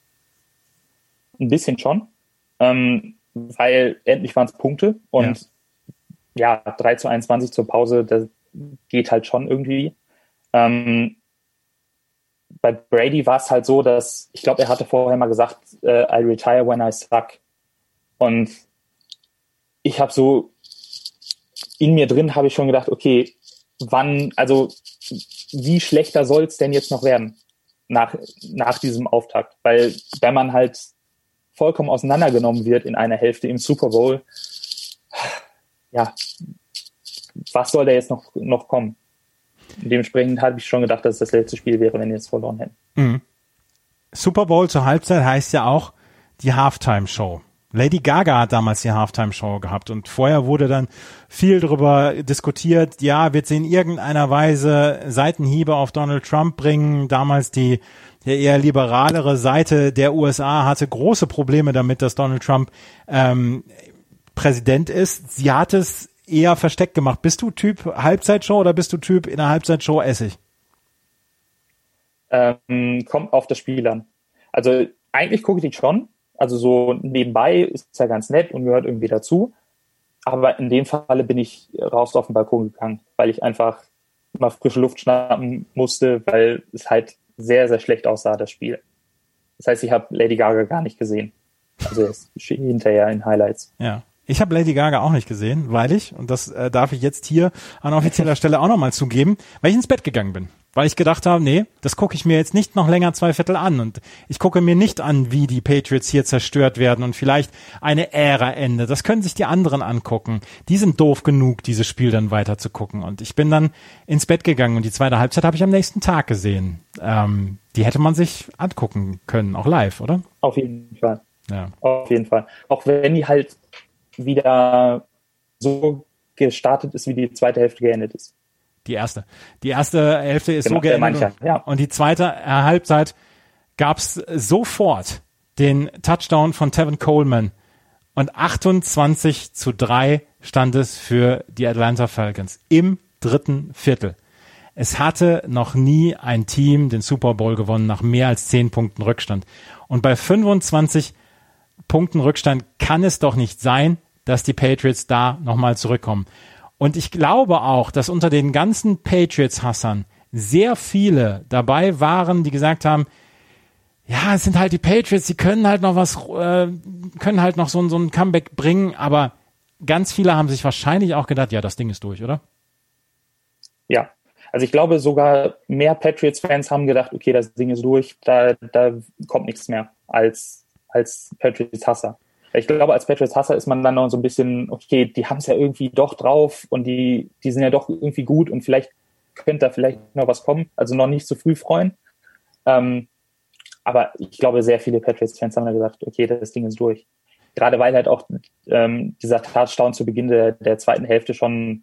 Ein bisschen schon, ähm, weil endlich waren es Punkte und ja. ja, drei zu einundzwanzig zur Pause, das geht halt schon irgendwie. Ähm, bei Brady war es halt so, dass, ich glaube, er hatte vorher mal gesagt, äh, I retire when I suck. Und ich habe so, in mir drin habe ich schon gedacht, okay, wann, also wie schlechter soll es denn jetzt noch werden nach, nach diesem Auftakt? Weil wenn man halt vollkommen auseinandergenommen wird in einer Hälfte im Super Bowl, ja, was soll da jetzt noch, noch kommen? Dementsprechend habe ich schon gedacht, dass es das letzte Spiel wäre, wenn wir jetzt verloren hätten. Mhm. Super Bowl zur Halbzeit heißt ja auch die Halftime-Show. Lady Gaga hat damals die Halftime-Show gehabt und vorher wurde dann viel darüber diskutiert, ja, wird sie in irgendeiner Weise Seitenhiebe auf Donald Trump bringen. Damals die, die eher liberalere Seite der U S A hatte große Probleme damit, dass Donald Trump ähm, Präsident ist. Sie hat es eher versteckt gemacht. Bist du Typ Halbzeitshow oder bist du Typ in der Halbzeitshow Essig? Ähm, kommt auf das Spiel an. Also eigentlich gucke ich die schon. Also so nebenbei ist es ja ganz nett und gehört irgendwie dazu. Aber in dem Falle bin ich raus auf den Balkon gegangen, weil ich einfach mal frische Luft schnappen musste, weil es halt sehr, sehr schlecht aussah, das Spiel. Das heißt, ich habe Lady Gaga gar nicht gesehen. Also erst hinterher in Highlights. Ja. Ich habe Lady Gaga auch nicht gesehen, weil ich, und das äh, darf ich jetzt hier an offizieller Stelle auch nochmal zugeben, weil ich ins Bett gegangen bin. Weil ich gedacht habe, nee, das gucke ich mir jetzt nicht noch länger zwei Viertel an. Und ich gucke mir nicht an, wie die Patriots hier zerstört werden und vielleicht eine Ära endet. Das können sich die anderen angucken. Die sind doof genug, dieses Spiel dann weiter zu gucken. Und ich bin dann ins Bett gegangen und die zweite Halbzeit habe ich am nächsten Tag gesehen. Ähm, die hätte man sich angucken können, auch live, oder? Auf jeden Fall. Ja. Auf jeden Fall. Auch wenn die halt wieder so gestartet ist, wie die zweite Hälfte geendet ist. Die erste. Die erste Hälfte ist genau, so geendet. Mancher, ja. Und die zweite Halbzeit gab's sofort den Touchdown von Tevin Coleman. Und achtundzwanzig zu drei stand es für die Atlanta Falcons im dritten Viertel. Es hatte noch nie ein Team den Super Bowl gewonnen nach mehr als zehn Punkten Rückstand. Und bei fünfundzwanzig Punkten Rückstand kann es doch nicht sein, dass die Patriots da nochmal zurückkommen. Und ich glaube auch, dass unter den ganzen Patriots-Hassern sehr viele dabei waren, die gesagt haben, ja, es sind halt die Patriots, die können halt noch was, äh, können halt noch so, so ein Comeback bringen, aber ganz viele haben sich wahrscheinlich auch gedacht, ja, das Ding ist durch, oder? Ja, also ich glaube sogar mehr Patriots-Fans haben gedacht, okay, das Ding ist durch, da, da kommt nichts mehr als, als Patriots-Hasser. Ich glaube, als Patriots-Hasser ist man dann noch so ein bisschen, okay, die haben es ja irgendwie doch drauf und die, die sind ja doch irgendwie gut und vielleicht könnte da vielleicht noch was kommen. Also noch nicht zu früh freuen. Ähm, aber ich glaube, sehr viele Patriots-Fans haben dann gesagt, okay, das Ding ist durch. Gerade weil halt auch ähm, dieser Touchdown zu Beginn der, der zweiten Hälfte schon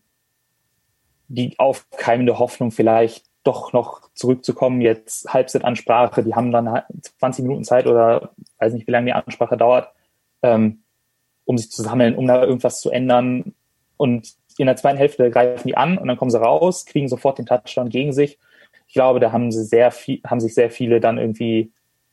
die aufkeimende Hoffnung vielleicht doch noch zurückzukommen, jetzt Halbzeit-Ansprache, die haben dann zwanzig Minuten Zeit oder weiß nicht, wie lange die Ansprache dauert, Ähm, um sich zu sammeln, um da irgendwas zu ändern. Und in der zweiten Hälfte greifen die an und dann kommen sie raus, kriegen sofort den Touchdown gegen sich. Ich glaube, da haben sie sehr viel, haben sich sehr viele dann irgendwie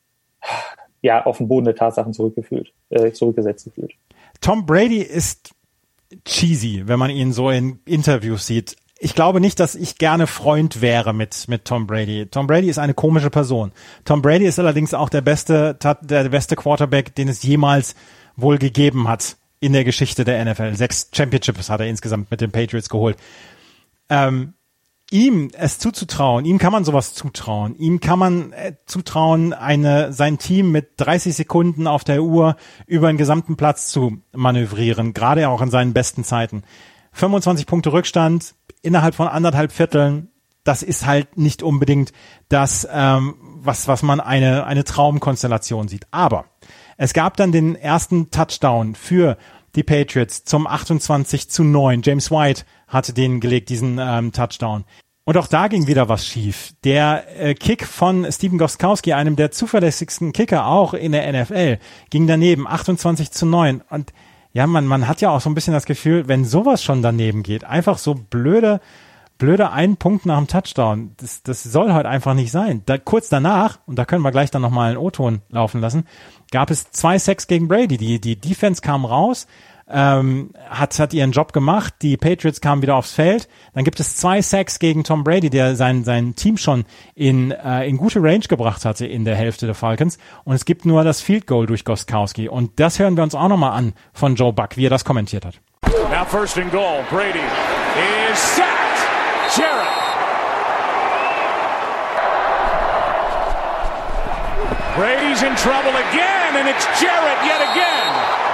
ja auf den Boden der Tatsachen zurückgefühlt, äh, zurückgesetzt gefühlt. Tom Brady ist cheesy, wenn man ihn so in Interviews sieht. Ich glaube nicht, dass ich gerne Freund wäre mit mit Tom Brady. Tom Brady ist eine komische Person. Tom Brady ist allerdings auch der beste der beste Quarterback, den es jemals wohl gegeben hat in der Geschichte der N F L. Sechs Championships hat er insgesamt mit den Patriots geholt. Ähm, ihm es zuzutrauen, ihm kann man sowas zutrauen. Ihm kann man äh, zutrauen, eine sein Team mit dreißig Sekunden auf der Uhr über den gesamten Platz zu manövrieren, gerade auch in seinen besten Zeiten. fünfundzwanzig Punkte Rückstand innerhalb von anderthalb Vierteln, das ist halt nicht unbedingt das, ähm, was was man eine eine Traumkonstellation sieht. Aber es gab dann den ersten Touchdown für die Patriots zum achtundzwanzig zu neun. James White hatte den gelegt, diesen ähm, Touchdown. Und auch da ging wieder was schief. Der äh, Kick von Stephen Gostkowski, einem der zuverlässigsten Kicker auch in der N F L, ging daneben, achtundzwanzig zu neun. Und ja, man, man hat ja auch so ein bisschen das Gefühl, wenn sowas schon daneben geht, einfach so blöde, blöde ein Punkt nach dem Touchdown, das, das soll halt einfach nicht sein. Da, kurz danach, und da können wir gleich dann nochmal einen O-Ton laufen lassen, gab es zwei Sacks gegen Brady. Die, die Defense kam raus, ähm, hat, hat ihren Job gemacht, die Patriots kamen wieder aufs Feld. Dann gibt es zwei Sacks gegen Tom Brady, der sein, sein Team schon in, äh, in gute Range gebracht hatte in der Hälfte der Falcons. Und es gibt nur das Field Goal durch Gostkowski. Und das hören wir uns auch nochmal an von Joe Buck, wie er das kommentiert hat. Now first and goal. Brady is sacked. Jarrett. Brady's in trouble again, and it's Jarrett yet again.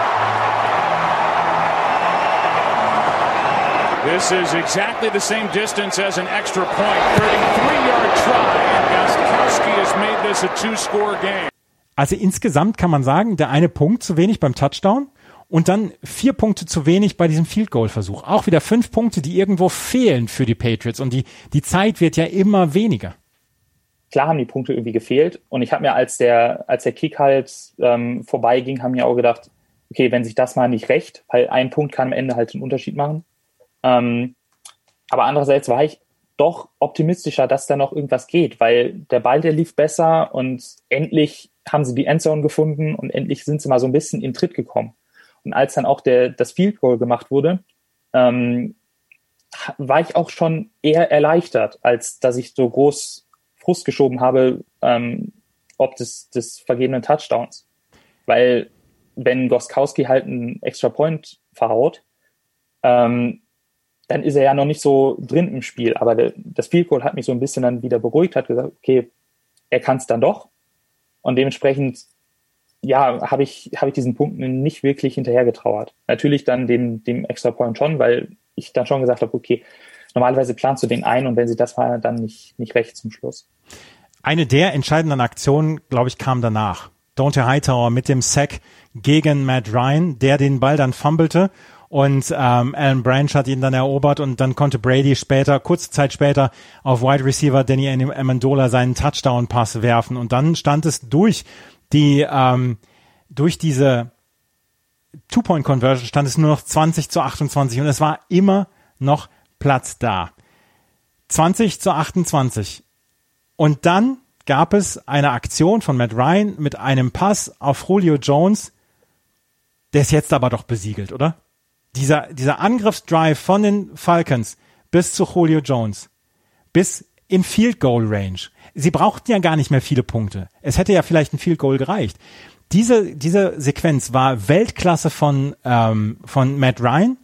This is exactly the same distance as an extra point. thirty-three yard try, and Gostkowski has made this a two-score game. Also insgesamt kann man sagen, der eine Punkt zu wenig beim Touchdown Und dann vier Punkte zu wenig bei diesem Field-Goal-Versuch. Auch wieder fünf Punkte, die irgendwo fehlen für die Patriots. Und die, die Zeit wird ja immer weniger. Klar haben die Punkte irgendwie gefehlt. Und ich habe mir, als der, als der Kick halt ähm, vorbeiging, haben mir auch gedacht, okay, wenn sich das mal nicht rächt, weil ein Punkt kann am Ende halt den Unterschied machen. Ähm, aber andererseits war ich doch optimistischer, dass da noch irgendwas geht, weil der Ball, der lief besser und endlich haben sie die Endzone gefunden und endlich sind sie mal so ein bisschen in Tritt gekommen. Und als dann auch der, das Field Goal gemacht wurde, ähm, war ich auch schon eher erleichtert, als dass ich so groß Frust geschoben habe, ähm, ob des, des vergebenen Touchdowns. Weil wenn Gostkowski halt einen Extra Point verhaut, ähm, dann ist er ja noch nicht so drin im Spiel. Aber der, das Field Goal hat mich so ein bisschen dann wieder beruhigt, hat gesagt, okay, er kann es dann doch. Und dementsprechend ja, habe ich, habe ich diesen Punkten nicht wirklich hinterhergetrauert. Natürlich dann dem, dem Extra Point schon, weil ich dann schon gesagt habe, okay, normalerweise planst du den ein und wenn sie das war, dann nicht, nicht recht zum Schluss. Eine der entscheidenden Aktionen, glaube ich, kam danach. Dante Hightower mit dem Sack gegen Matt Ryan, der den Ball dann fummelte und ähm, Alan Branch hat ihn dann erobert und dann konnte Brady später, kurze Zeit später, auf Wide Receiver Danny Amendola seinen Touchdown-Pass werfen und dann stand es durch die ähm, durch diese Two-Point-Conversion stand es nur noch zwanzig zu achtundzwanzig und es war immer noch Platz da. zwanzig zu achtundzwanzig. Und dann gab es eine Aktion von Matt Ryan mit einem Pass auf Julio Jones. Der ist jetzt aber doch besiegelt, oder? Dieser, dieser Angriffsdrive von den Falcons bis zu Julio Jones, bis in Field Goal Range. Sie brauchten ja gar nicht mehr viele Punkte. Es hätte ja vielleicht ein Field Goal gereicht. Diese, diese Sequenz war Weltklasse von, ähm, von Matt Ryan.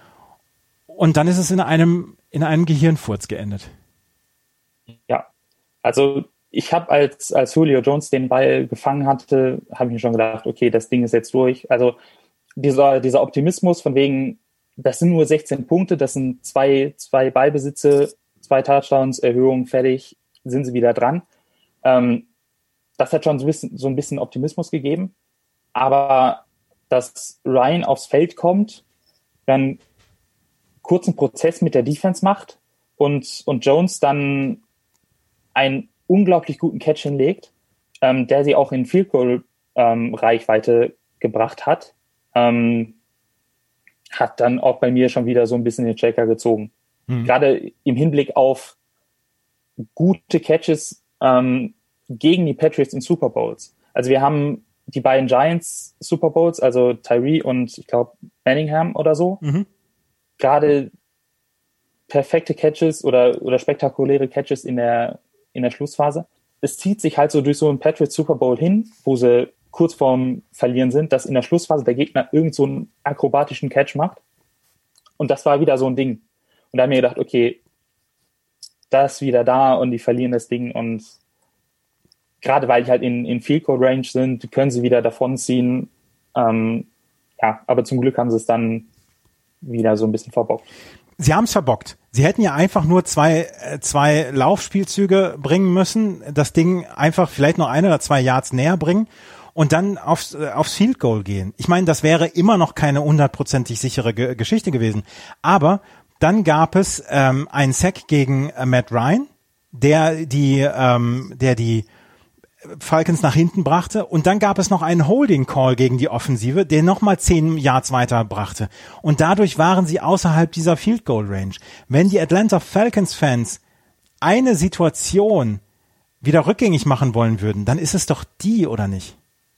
Und dann ist es in einem, in einem Gehirnfurz geendet. Ja, also ich habe als, als Julio Jones den Ball gefangen hatte, habe ich mir schon gedacht, okay, das Ding ist jetzt durch. Also dieser, dieser Optimismus von wegen, das sind nur sechzehn Punkte, das sind zwei, zwei Ballbesitze, zwei Touchdowns, Erhöhung, fertig, sind sie wieder dran. Ähm, das hat schon so ein, bisschen, so ein bisschen Optimismus gegeben. Aber dass Ryan aufs Feld kommt, dann kurzen Prozess mit der Defense macht und, und Jones dann einen unglaublich guten Catch hinlegt, ähm, der sie auch in Field Goal ähm, Reichweite gebracht hat, ähm, hat dann auch bei mir schon wieder so ein bisschen den Shaker gezogen. Mhm. Gerade im Hinblick auf gute Catches ähm, gegen die Patriots in Super Bowls. Also wir haben die beiden Giants Super Bowls, also Tyree und ich glaube Manningham oder so, mhm. gerade perfekte Catches oder, oder spektakuläre Catches in der in der Schlussphase. Es zieht sich halt so durch so einen Patriots Super Bowl hin, wo sie kurz vorm Verlieren sind, dass in der Schlussphase der Gegner irgend so einen akrobatischen Catch macht. Und das war wieder so ein Ding. Und da haben wir gedacht, okay, das ist wieder da und die verlieren das Ding. Und gerade weil die halt in, in Field Goal Range sind, können sie wieder davonziehen. Ähm, ja, aber zum Glück haben sie es dann wieder so ein bisschen verbockt. Sie haben es verbockt. Sie hätten ja einfach nur zwei, zwei Laufspielzüge bringen müssen, das Ding einfach vielleicht noch ein oder zwei Yards näher bringen und dann aufs, aufs Field Goal gehen. Ich meine, das wäre immer noch keine hundertprozentig sichere Ge- Geschichte gewesen. Aber dann gab es ähm, einen Sack gegen äh, Matt Ryan, der die, ähm, der die Falcons nach hinten brachte und dann gab es noch einen Holding Call gegen die Offensive, der nochmal zehn Yards weiter brachte und dadurch waren sie außerhalb dieser Field Goal Range. Wenn die Atlanta Falcons Fans eine Situation wieder rückgängig machen wollen würden, dann ist es doch die, oder nicht?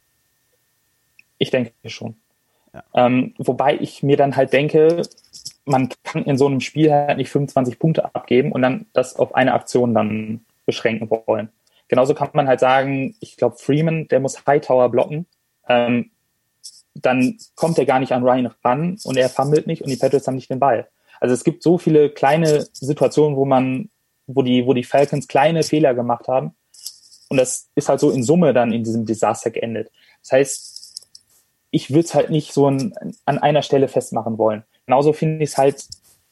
Ich denke schon. Ja. Ähm, wobei ich mir dann halt denke, man kann in so einem Spiel halt nicht fünfundzwanzig Punkte abgeben und dann das auf eine Aktion dann beschränken wollen. Genauso kann man halt sagen, ich glaube Freeman, der muss Hightower blocken, ähm, dann kommt er gar nicht an Ryan ran und er fummelt nicht und die Patriots haben nicht den Ball. Also es gibt so viele kleine Situationen, wo man, wo die, wo die Falcons kleine Fehler gemacht haben und das ist halt so in Summe dann in diesem Desaster geendet. Das heißt, ich würde es halt nicht so an, an einer Stelle festmachen wollen. Genauso finde ich es halt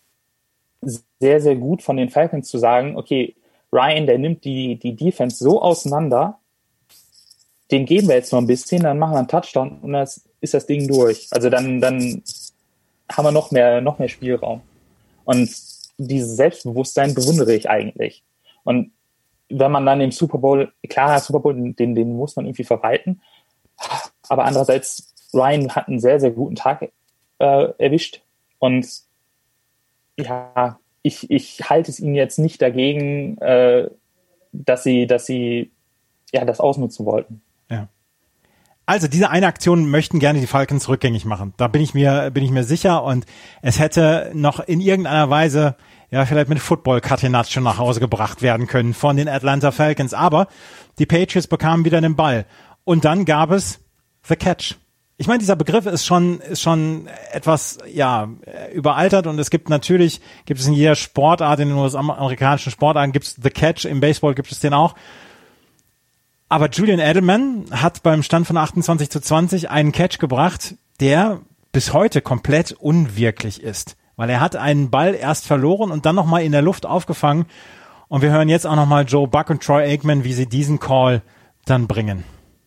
sehr, sehr gut von den Falcons zu sagen, okay, Ryan, der nimmt die, die Defense so auseinander, den geben wir jetzt noch ein bisschen, dann machen wir einen Touchdown und dann ist das Ding durch. Also dann, dann haben wir noch mehr, noch mehr Spielraum. Und dieses Selbstbewusstsein bewundere ich eigentlich. Und wenn man dann im Super Bowl, klar, Super Bowl, den, den muss man irgendwie verwalten, aber andererseits, Ryan hat einen sehr, sehr guten Tag äh, erwischt und ja, ich, ich halte es ihnen jetzt nicht dagegen, äh, dass sie, dass sie ja das ausnutzen wollten. Ja. Also diese eine Aktion möchten gerne die Falcons rückgängig machen. Da bin ich mir, bin ich mir sicher und es hätte noch in irgendeiner Weise ja vielleicht mit Football-Catenaccio nach Hause gebracht werden können von den Atlanta Falcons. Aber die Patriots bekamen wieder den Ball. Und dann gab es The Catch. Ich meine, dieser Begriff ist schon, ist schon etwas, ja, überaltert und es gibt natürlich, gibt es in jeder Sportart, in den US-amerikanischen Sportarten gibt es The Catch, im Baseball gibt es den auch. Aber Julian Edelman hat beim Stand von achtundzwanzig zu zwanzig einen Catch gebracht, der bis heute komplett unwirklich ist. Weil er hat einen Ball erst verloren und dann nochmal in der Luft aufgefangen. Und wir hören jetzt auch nochmal Joe Buck und Troy Aikman, wie sie diesen Call dann bringen.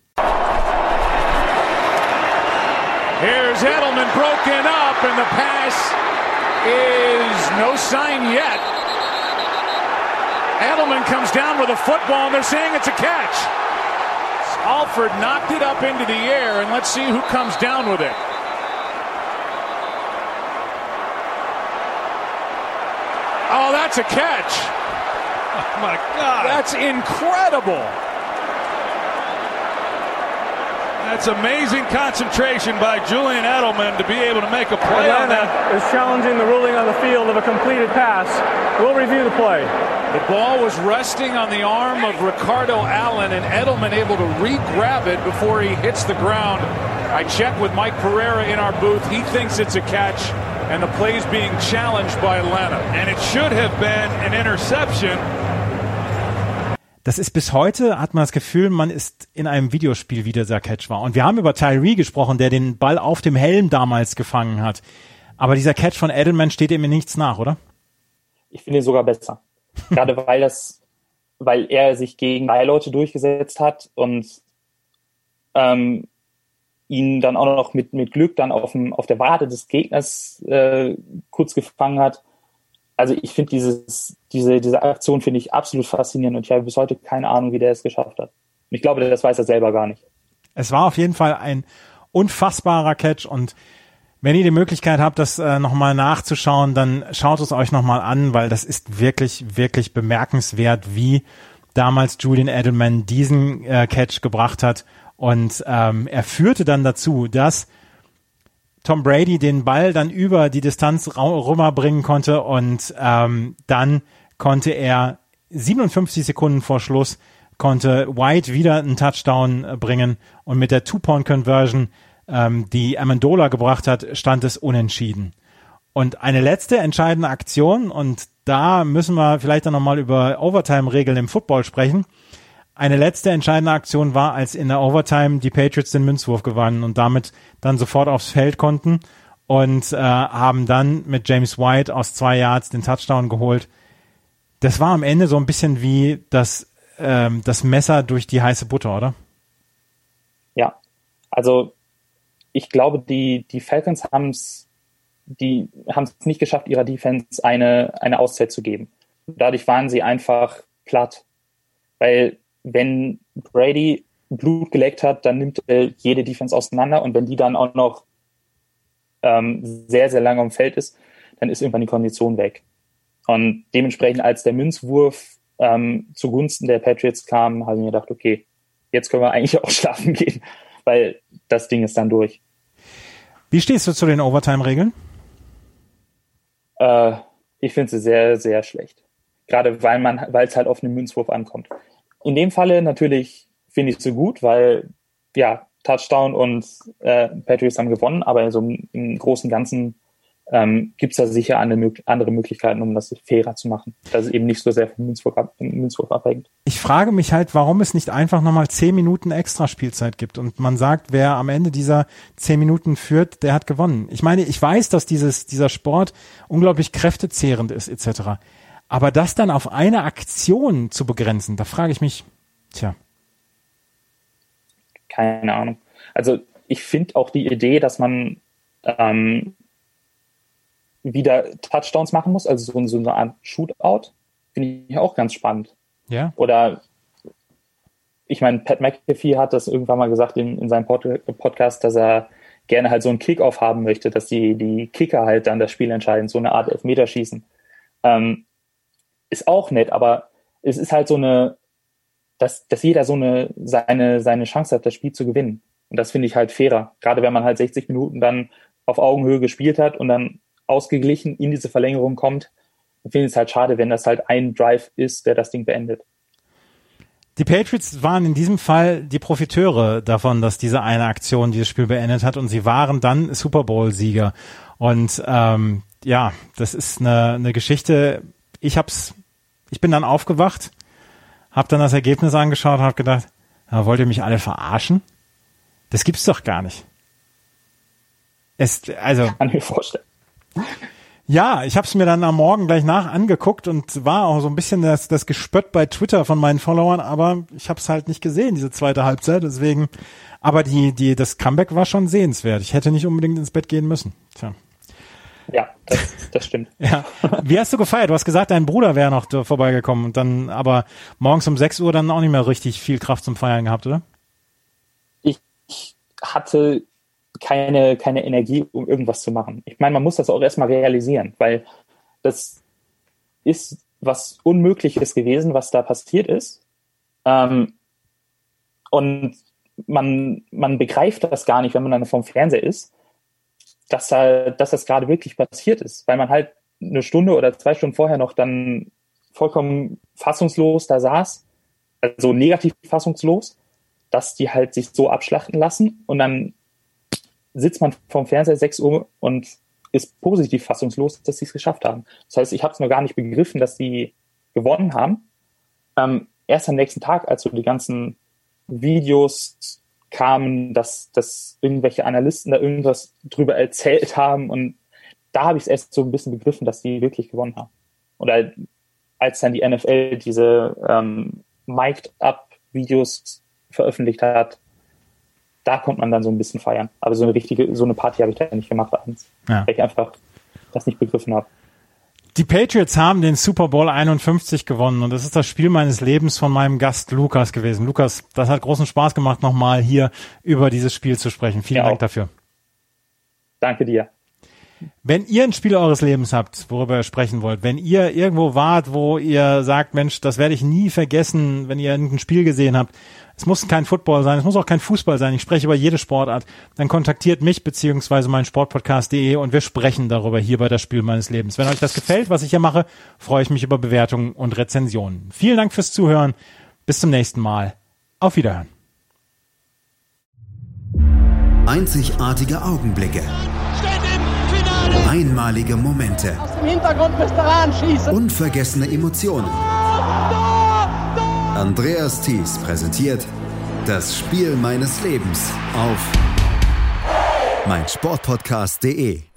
Here's Edelman broken up and the pass is no sign yet. Edelman comes down with a football and they're saying it's a catch. Alford knocked it up into the air and let's see who comes down with it. Oh, that's a catch. Oh my God. That's incredible. That's amazing concentration by Julian Edelman to be able to make a play Atlanta on that. Is challenging the ruling on the field of a completed pass. We'll review the play. The ball was resting on the arm of Ricardo Allen, and Edelman able to re-grab it before he hits the ground. I checked with Mike Pereira in our booth. He thinks it's a catch, and the play's being challenged by Atlanta. And it should have been an interception. Das ist bis heute, hat man das Gefühl, man ist in einem Videospiel, wie dieser Catch war. Und wir haben über Tyree gesprochen, der den Ball auf dem Helm damals gefangen hat. Aber dieser Catch von Edelman steht ihm in nichts nach, oder? Ich finde ihn sogar besser. Gerade weil das, weil er sich gegen drei Leute durchgesetzt hat und ähm, ihn dann auch noch mit, mit Glück dann auf, dem, auf der Wade des Gegners äh, kurz gefangen hat. Also ich finde dieses, diese, diese Aktion finde ich absolut faszinierend und ich habe bis heute keine Ahnung, wie der es geschafft hat. Und ich glaube, das weiß er selber gar nicht. Es war auf jeden Fall ein unfassbarer Catch und wenn ihr die Möglichkeit habt, das äh, nochmal nachzuschauen, dann schaut es euch nochmal an, weil das ist wirklich, wirklich bemerkenswert, wie damals Julian Edelman diesen äh, Catch gebracht hat und ähm, er führte dann dazu, dass Tom Brady den Ball dann über die Distanz rüberbringen konnte und ähm, dann konnte er siebenundfünfzig Sekunden vor Schluss konnte White wieder einen Touchdown bringen und mit der Two-Point-Conversion, ähm, die Amendola gebracht hat, stand es unentschieden. Und eine letzte entscheidende Aktion und da müssen wir vielleicht dann nochmal über Overtime-Regeln im Football sprechen. Eine letzte entscheidende Aktion war, als in der Overtime die Patriots den Münzwurf gewannen und damit dann sofort aufs Feld konnten und äh, haben dann mit James White aus zwei Yards den Touchdown geholt. Das war am Ende so ein bisschen wie das, ähm, das Messer durch die heiße Butter, oder? Ja, also ich glaube, die, die Falcons haben es die haben es nicht geschafft, ihrer Defense eine, eine Auszeit zu geben. Dadurch waren sie einfach platt, weil wenn Brady Blut geleckt hat, dann nimmt er jede Defense auseinander und wenn die dann auch noch ähm, sehr, sehr lange am Feld ist, dann ist irgendwann die Kondition weg. Und dementsprechend, als der Münzwurf ähm, zugunsten der Patriots kam, habe ich mir gedacht, okay, jetzt können wir eigentlich auch schlafen gehen, weil das Ding ist dann durch. Wie stehst du zu den Overtime-Regeln? Äh, ich finde sie sehr, sehr schlecht. Gerade weil man, weil es halt auf einen Münzwurf ankommt. In dem Falle natürlich finde ich es so gut, weil ja, Touchdown und äh, Patriots haben gewonnen, aber so im, im Großen und Ganzen ähm, gibt es da sicher andere, andere Möglichkeiten, um das fairer zu machen. Dass es eben nicht so sehr vom Münzwurf, ab, Münzwurf abhängt. Ich frage mich halt, warum es nicht einfach nochmal zehn Minuten extra Spielzeit gibt und man sagt, wer am Ende dieser zehn Minuten führt, der hat gewonnen. Ich meine, ich weiß, dass dieses dieser Sport unglaublich kräftezehrend ist et cetera. Aber das dann auf eine Aktion zu begrenzen, da frage ich mich, tja. keine Ahnung. Also ich finde auch die Idee, dass man ähm, wieder Touchdowns machen muss, also so, so eine Art Shootout, finde ich auch ganz spannend. Ja. Oder ich meine, Pat McAfee hat das irgendwann mal gesagt in, in seinem Pod- Podcast, dass er gerne halt so einen Kickoff haben möchte, dass die, die Kicker halt dann das Spiel entscheiden, so eine Art Elfmeterschießen. Ähm, ist auch nett, aber es ist halt so eine, dass, dass jeder so eine seine, seine Chance hat, das Spiel zu gewinnen. Und das finde ich halt fairer. Gerade wenn man halt sechzig Minuten dann auf Augenhöhe gespielt hat und dann ausgeglichen in diese Verlängerung kommt, dann finde ich es halt schade, wenn das halt ein Drive ist, der das Ding beendet. Die Patriots waren in diesem Fall die Profiteure davon, dass diese eine Aktion dieses Spiel beendet hat und sie waren dann Super Bowl-Sieger. Und ähm, ja, das ist eine, eine Geschichte. Ich hab's, ich bin dann aufgewacht, habe dann das Ergebnis angeschaut und habe gedacht, ja, wollt ihr mich alle verarschen? Das gibt's doch gar nicht. Es, also, kann ich mir vorstellen. Ja, ich habe es mir dann am Morgen gleich nach angeguckt und war auch so ein bisschen das, das Gespött bei Twitter von meinen Followern, aber ich habe es halt nicht gesehen, diese zweite Halbzeit, deswegen, aber die, die, das Comeback war schon sehenswert. Ich hätte nicht unbedingt ins Bett gehen müssen. Tja. Ja, das, das stimmt. Ja. Wie hast du gefeiert? Du hast gesagt, dein Bruder wäre noch vorbeigekommen und dann, aber morgens um sechs Uhr dann auch nicht mehr richtig viel Kraft zum Feiern gehabt, oder? Ich hatte keine, keine Energie, um irgendwas zu machen. Ich meine, man muss das auch erstmal realisieren, weil das ist was Unmögliches gewesen, was da passiert ist. Ähm, und man, man begreift das gar nicht, wenn man dann vorm Fernseher ist, dass, da, dass das gerade wirklich passiert ist, weil man halt eine Stunde oder zwei Stunden vorher noch dann vollkommen fassungslos da saß, also negativ fassungslos, dass die halt sich so abschlachten lassen und dann sitzt man vorm Fernseher sechs Uhr und ist positiv fassungslos, dass sie es geschafft haben. Das heißt, ich habe es noch gar nicht begriffen, dass sie gewonnen haben. Ähm, erst am nächsten Tag, als so die ganzen Videos kamen, dass, dass irgendwelche Analysten da irgendwas drüber erzählt haben und da habe ich es erst so ein bisschen begriffen, dass die wirklich gewonnen haben. Oder als dann die N F L diese ähm, Mic'd-Up-Videos veröffentlicht hat, da konnte man dann so ein bisschen feiern. Aber so eine richtige, so eine Party habe ich da nicht gemacht abends, ja. Weil ich einfach das nicht begriffen habe. Die Patriots haben den Super Bowl einundfünfzig gewonnen und das ist das Spiel meines Lebens von meinem Gast Lukas gewesen. Lukas, das hat großen Spaß gemacht, nochmal hier über dieses Spiel zu sprechen. Vielen ja, Dank auch. dafür. Danke dir. Wenn ihr ein Spiel eures Lebens habt, worüber ihr sprechen wollt, wenn ihr irgendwo wart, wo ihr sagt, Mensch, das werde ich nie vergessen, wenn ihr irgendein Spiel gesehen habt, es muss kein Football sein, es muss auch kein Fußball sein, ich spreche über jede Sportart, dann kontaktiert mich beziehungsweise meinen Sportpodcast punkt de und wir sprechen darüber hier bei das Spiel meines Lebens. Wenn euch das gefällt, was ich hier mache, freue ich mich über Bewertungen und Rezensionen. Vielen Dank fürs Zuhören, bis zum nächsten Mal, auf Wiederhören. Einzigartige Augenblicke. Einmalige Momente. Aus dem Hintergrund müsst ihr anschießen. Unvergessene Emotionen. Andreas Thies präsentiert das Spiel meines Lebens auf meinsportpodcast punkt de.